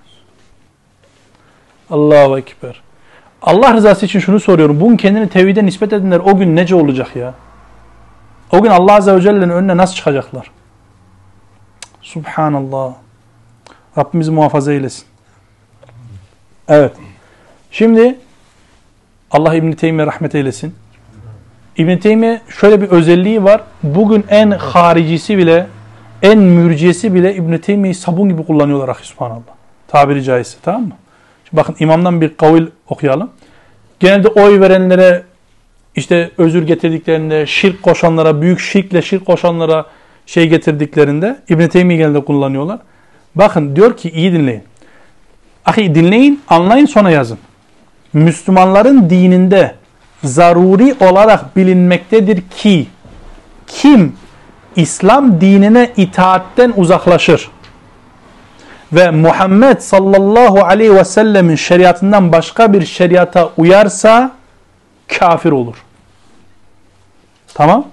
Allahu Ekber. Allah rızası için şunu soruyorum. Bugün kendini tevhide nispet edenler o gün nece olacak ya? O gün Allah Azze ve Celle'nin önüne nasıl çıkacaklar? Subhanallah. Rabbimizi muhafaza eylesin. Evet. Şimdi Allah İbn-i Teymiye rahmet eylesin. İbn-i Teymiye şöyle bir özelliği var. Bugün en haricisi bile, en mürciyesi bile İbn-i Teymiye'yi sabun gibi kullanıyorlar. Subhanallah. Tabiri caizse. Tamam mı? Şimdi bakın imamdan bir kavil okuyalım. Genelde oy verenlere işte özür getirdiklerinde, şirk koşanlara, büyük şirkle şirk koşanlara şey getirdiklerinde İbn-i Teymiye'de kullanıyorlar. Bakın diyor ki iyi dinleyin. Ahi dinleyin, anlayın sonra yazın. Müslümanların dininde zaruri olarak bilinmektedir ki kim İslam dinine itaatten uzaklaşır ve Muhammed sallallahu aleyhi ve sellemin şeriatından başka bir şeriata uyarsa kafir olur. Tamam?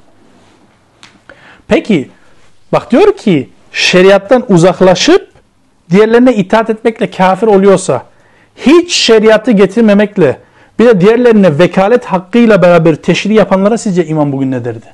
Peki bak diyor ki şeriattan uzaklaşıp diğerlerine itaat etmekle kafir oluyorsa hiç şeriatı getirmemekle bir de diğerlerine vekalet hakkıyla beraber teşri yapanlara sizce iman bugün ne derdi?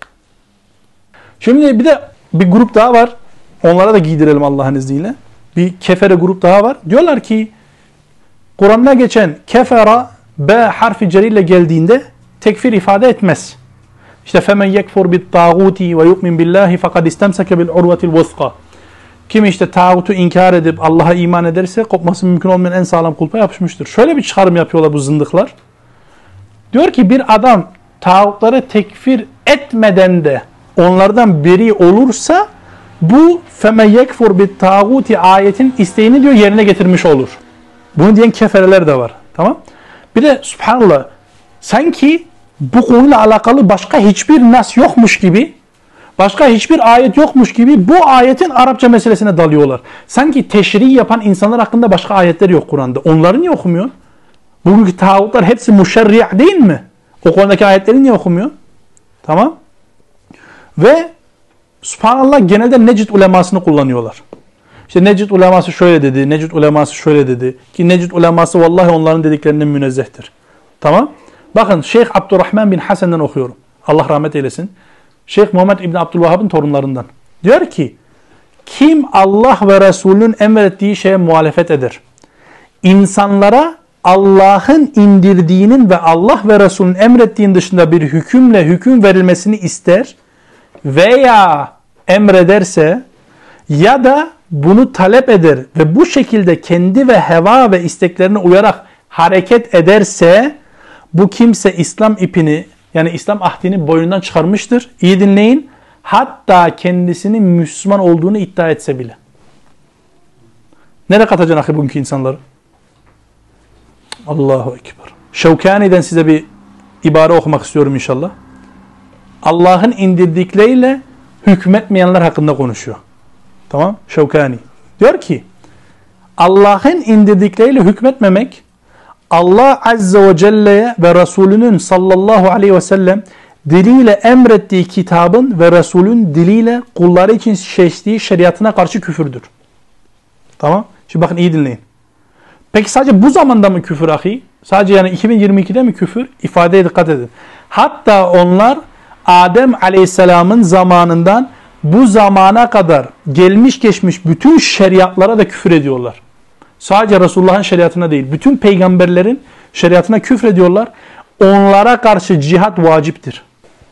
Şimdi bir de bir grup daha var. Onlara da giydirelim Allah'ın izniyle. Bir kefere grup daha var. Diyorlar ki Kur'an'da geçen kefera B harfi celille geldiğinde tekfir ifade etmez. İşte femen yekfur bit tağuti ve yu'min billahi fakat istemseke bil urvetil vuska. Kim işte tağutu inkar edip Allah'a iman ederse kopması mümkün olmayan en sağlam kulpa yapışmıştır. Şöyle bir çıkarım yapıyorlar bu zındıklar. Diyor ki bir adam tağutları tekfir etmeden de onlardan biri olursa bu feme yekfur bit tağuti ayetin isteğini diyor yerine getirmiş olur. Bunu diyen kefereler de var. Tamam? Bir de subhanallah sanki bu konuyla alakalı başka hiçbir nas yokmuş gibi, başka hiçbir ayet yokmuş gibi bu ayetin Arapça meselesine dalıyorlar. Sanki teşri yapan insanlar hakkında başka ayetler yok Kur'an'da. Onları niye okumuyor? Bugünkü tağutlar hepsi muşerri' değil mi? O konudaki ayetleri niye okumuyor? Tamam? Ve subhanallah genelde Necid ulemasını kullanıyorlar. İşte Necid uleması şöyle dedi, Necid uleması şöyle dedi. Ki Necid uleması vallahi onların dediklerinden münezzehtir. Tamam? Bakın Şeyh Abdurrahman bin Hasan'dan okuyorum. Allah rahmet eylesin. Şeyh Muhammed İbni Abdülvahhab'ın torunlarından. Diyor ki, kim Allah ve Resulünün emrettiği şeye muhalefet eder? İnsanlara Allah'ın indirdiğinin ve Allah ve Resulünün emrettiğinin dışında bir hükümle hüküm verilmesini ister veya emrederse ya da bunu talep eder ve bu şekilde kendi ve heva ve isteklerine uyarak hareket ederse bu kimse İslam ipini yani İslam ahdini boynundan çıkarmıştır. İyi dinleyin. Hatta kendisinin Müslüman olduğunu iddia etse bile. Nereye katacaksın ahi bugünkü insanları? Allahu Ekber. Şevkani'den size bir ibare okumak istiyorum inşallah. Allah'ın indirdikleriyle hükmetmeyenler hakkında konuşuyor. Tamam? Şevkani. Diyor ki Allah'ın indirdikleriyle hükmetmemek Allah Azze ve Celle'ye ve Resulünün sallallahu aleyhi ve sellem diliyle emrettiği kitabın ve Resulün diliyle kulları için seçtiği şeriatına karşı küfürdür. Tamam? Şimdi bakın iyi dinleyin. Peki sadece bu zamanda mı küfür ahi? Sadece yani iki bin yirmi ikide mi küfür? İfadeye dikkat edin. Hatta onlar Adem aleyhisselamın zamanından bu zamana kadar gelmiş geçmiş bütün şeriatlara da küfür ediyorlar. Sadece Resulullah'ın şeriatına değil, bütün peygamberlerin şeriatına küfür ediyorlar. Onlara karşı cihat vaciptir.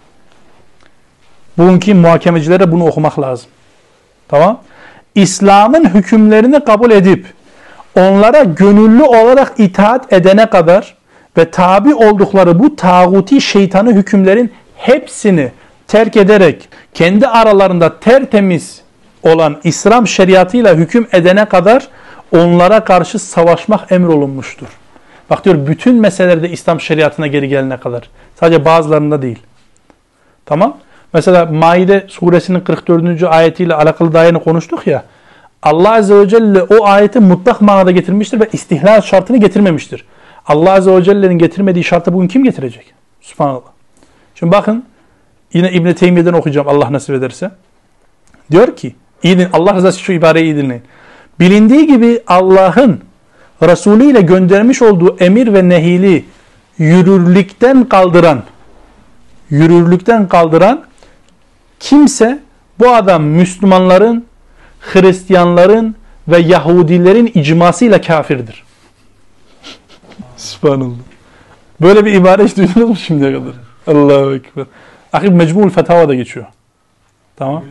Bugünkü muhakemecilere bunu okumak lazım. Tamam? İslam'ın hükümlerini kabul edip onlara gönüllü olarak itaat edene kadar ve tabi oldukları bu tağuti şeytanı hükümlerin hepsini terk ederek kendi aralarında tertemiz olan İslam şeriatıyla hüküm edene kadar onlara karşı savaşmak emrolunmuştur. Bak diyor bütün meselelerde İslam şeriatına geri gelene kadar. Sadece bazılarında değil. Tamam? Mesela Maide suresinin kırk dördüncü ayetiyle alakalı daha yeni konuştuk ya. Allah Azze ve Celle o ayeti mutlak manada getirmiştir ve istihlal şartını getirmemiştir. Allah Azze ve Celle'nin getirmediği şartı bugün kim getirecek? Subhanallah. Şimdi bakın yine İbn-i Teymiye'den okuyacağım Allah nasip ederse. Diyor ki iyi dinleyin, Allah rızası için şu ibareyi iyi dinleyin. Bilindiği gibi Allah'ın Resulü ile göndermiş olduğu emir ve nehili yürürlükten kaldıran yürürlükten kaldıran kimse bu adam Müslümanların, Hristiyanların ve Yahudilerin icmasıyla kafirdir. Subhanallah. Böyle bir ibare hiç duydunuz mu şimdiye kadar? Allahu Ekber. Akib Mecmu'l Fetava'da geçiyor. Tamam.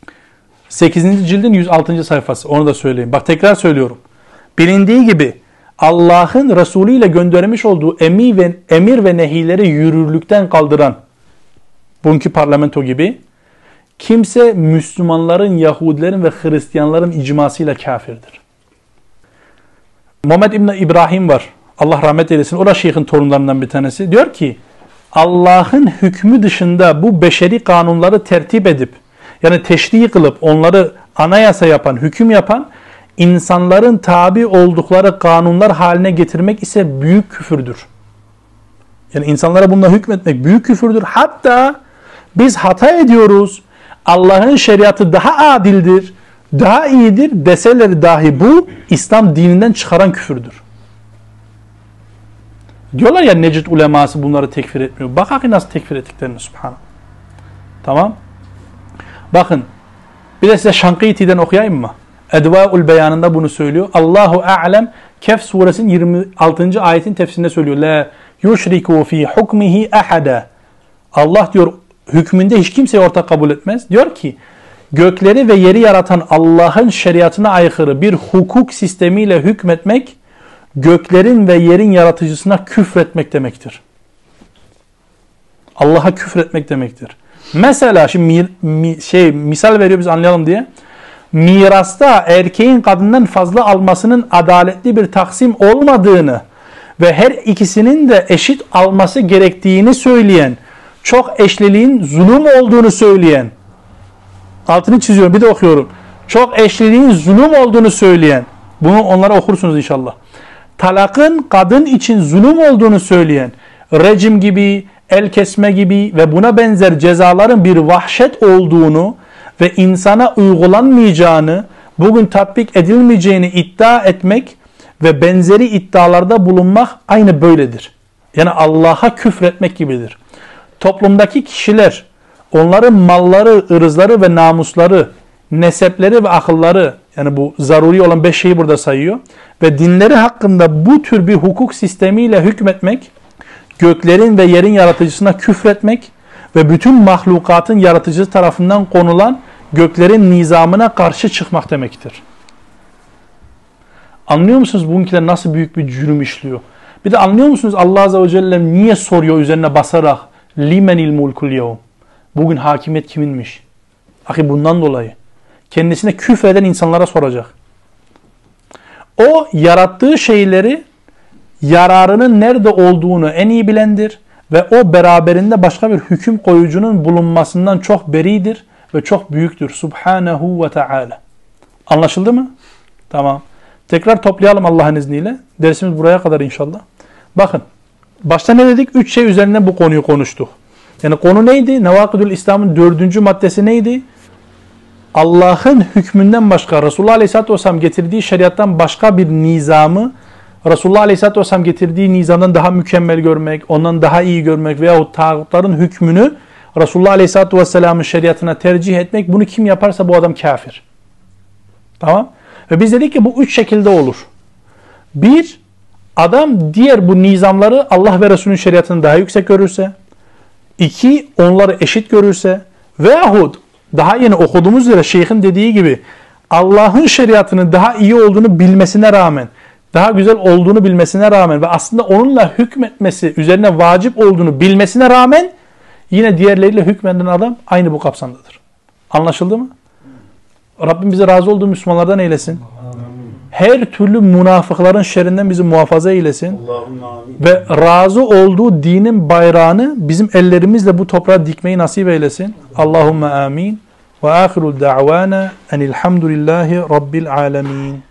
sekizinci cildin yüz altıncı sayfası. Onu da söyleyeyim. Bak tekrar söylüyorum. Bilindiği gibi Allah'ın Resulü ile göndermiş olduğu emir ve, emir ve nehileri yürürlükten kaldıran, bugünkü parlamento gibi, kimse Müslümanların, Yahudilerin ve Hristiyanların icmasıyla kafirdir. Muhammed İbni İbrahim var. Allah rahmet eylesin. O da şeyhin torunlarından bir tanesi. Diyor ki Allah'ın hükmü dışında bu beşeri kanunları tertip edip yani teşri kılıp onları anayasa yapan, hüküm yapan insanların tabi oldukları kanunlar haline getirmek ise büyük küfürdür. Yani insanlara bununla hükmetmek büyük küfürdür. Hatta biz hata ediyoruz. Allah'ın şeriatı daha adildir, daha iyidir deseler dahi bu İslam dininden çıkaran küfürdür. Diyorlar ya Necid uleması bunları tekfir etmiyor. Bak bakın nasıl tekfir ettiklerini subhanallah. Tamam. Bakın bir de size Şankiti'den okuyayım mı? Edva'ul Beyan'ında bunu söylüyor. Allahu a'lem Kehf suresinin yirmi altıncı ayetin tefsirinde söylüyor. La yushriku fi hukmihi ahada. Allah diyor hükmünde hiç kimseyi ortak kabul etmez. Diyor ki gökleri ve yeri yaratan Allah'ın şeriatına aykırı bir hukuk sistemiyle hükmetmek göklerin ve yerin yaratıcısına küfretmek demektir. Allah'a küfretmek demektir. Mesela şimdi mi, mi, şey misal veriyor biz anlayalım diye. Mirasta erkeğin kadından fazla almasının adaletli bir taksim olmadığını ve her ikisinin de eşit alması gerektiğini söyleyen, çok eşliliğin zulüm olduğunu söyleyen, altını çiziyorum bir de okuyorum. Çok eşliliğin zulüm olduğunu söyleyen, bunu onlara okursunuz inşallah. Talakın kadın için zulüm olduğunu söyleyen, rejim gibi, el kesme gibi ve buna benzer cezaların bir vahşet olduğunu ve insana uygulanmayacağını, bugün tatbik edilmeyeceğini iddia etmek ve benzeri iddialarda bulunmak aynı böyledir. Yani Allah'a küfretmek gibidir. Toplumdaki kişiler, onların malları, ırzları ve namusları, nesepleri ve akılları, yani bu zaruri olan beş şeyi burada sayıyor ve dinleri hakkında bu tür bir hukuk sistemiyle hükmetmek, göklerin ve yerin yaratıcısına küfretmek ve bütün mahlukatın yaratıcısı tarafından konulan göklerin nizamına karşı çıkmak demektir. Anlıyor musunuz bugünküler nasıl büyük bir cürüm işliyor? Bir de anlıyor musunuz Allah Azze ve Celle niye soruyor üzerine basarak limenil mulkul yevm? Bugün hakimiyet kiminmiş? Ahi bundan dolayı. Kendisine küfreden insanlara soracak. O yarattığı şeyleri yararının nerede olduğunu en iyi bilendir ve o beraberinde başka bir hüküm koyucunun bulunmasından çok beridir ve çok büyüktür. Subhanahu ve Teala. Anlaşıldı mı? Tamam. Tekrar toplayalım Allah'ın izniyle. Dersimiz buraya kadar inşallah. Bakın. Başta ne dedik? Üç şey üzerinden bu konuyu konuştuk. Yani konu neydi? Nevakidül İslam'ın dördüncü maddesi neydi? Allah'ın hükmünden başka, Resulullah Aleyhisselatü Vesselam getirdiği şeriattan başka bir nizamı, Resulullah Aleyhisselatü Vesselam getirdiği nizamdan daha mükemmel görmek, ondan daha iyi görmek veyahut tağutların hükmünü Resulullah Aleyhisselatü Vesselam'ın şeriatına tercih etmek, bunu kim yaparsa bu adam kafir. Tamam? Ve biz dedik ki bu üç şekilde olur. Bir, adam diğer bu nizamları Allah ve Resulünün şeriatını daha yüksek görürse. İki, onları eşit görürse. Veyahut daha yeni okuduğumuz üzere şeyhin dediği gibi Allah'ın şeriatının daha iyi olduğunu bilmesine rağmen, daha güzel olduğunu bilmesine rağmen ve aslında onunla hükmetmesi üzerine vacip olduğunu bilmesine rağmen yine diğerleriyle hükmeden adam aynı bu kapsamdadır. Anlaşıldı mı? Rabbim bize razı olduğu Müslümanlardan eylesin. Her türlü münafıkların şerrinden bizi muhafaza eylesin. Ve razı olduğu dinin bayrağını bizim ellerimizle bu toprağa dikmeyi nasip eylesin. Allahumme amin. Ve ahirul da'vana enilhamdülillahi rabbil alemin.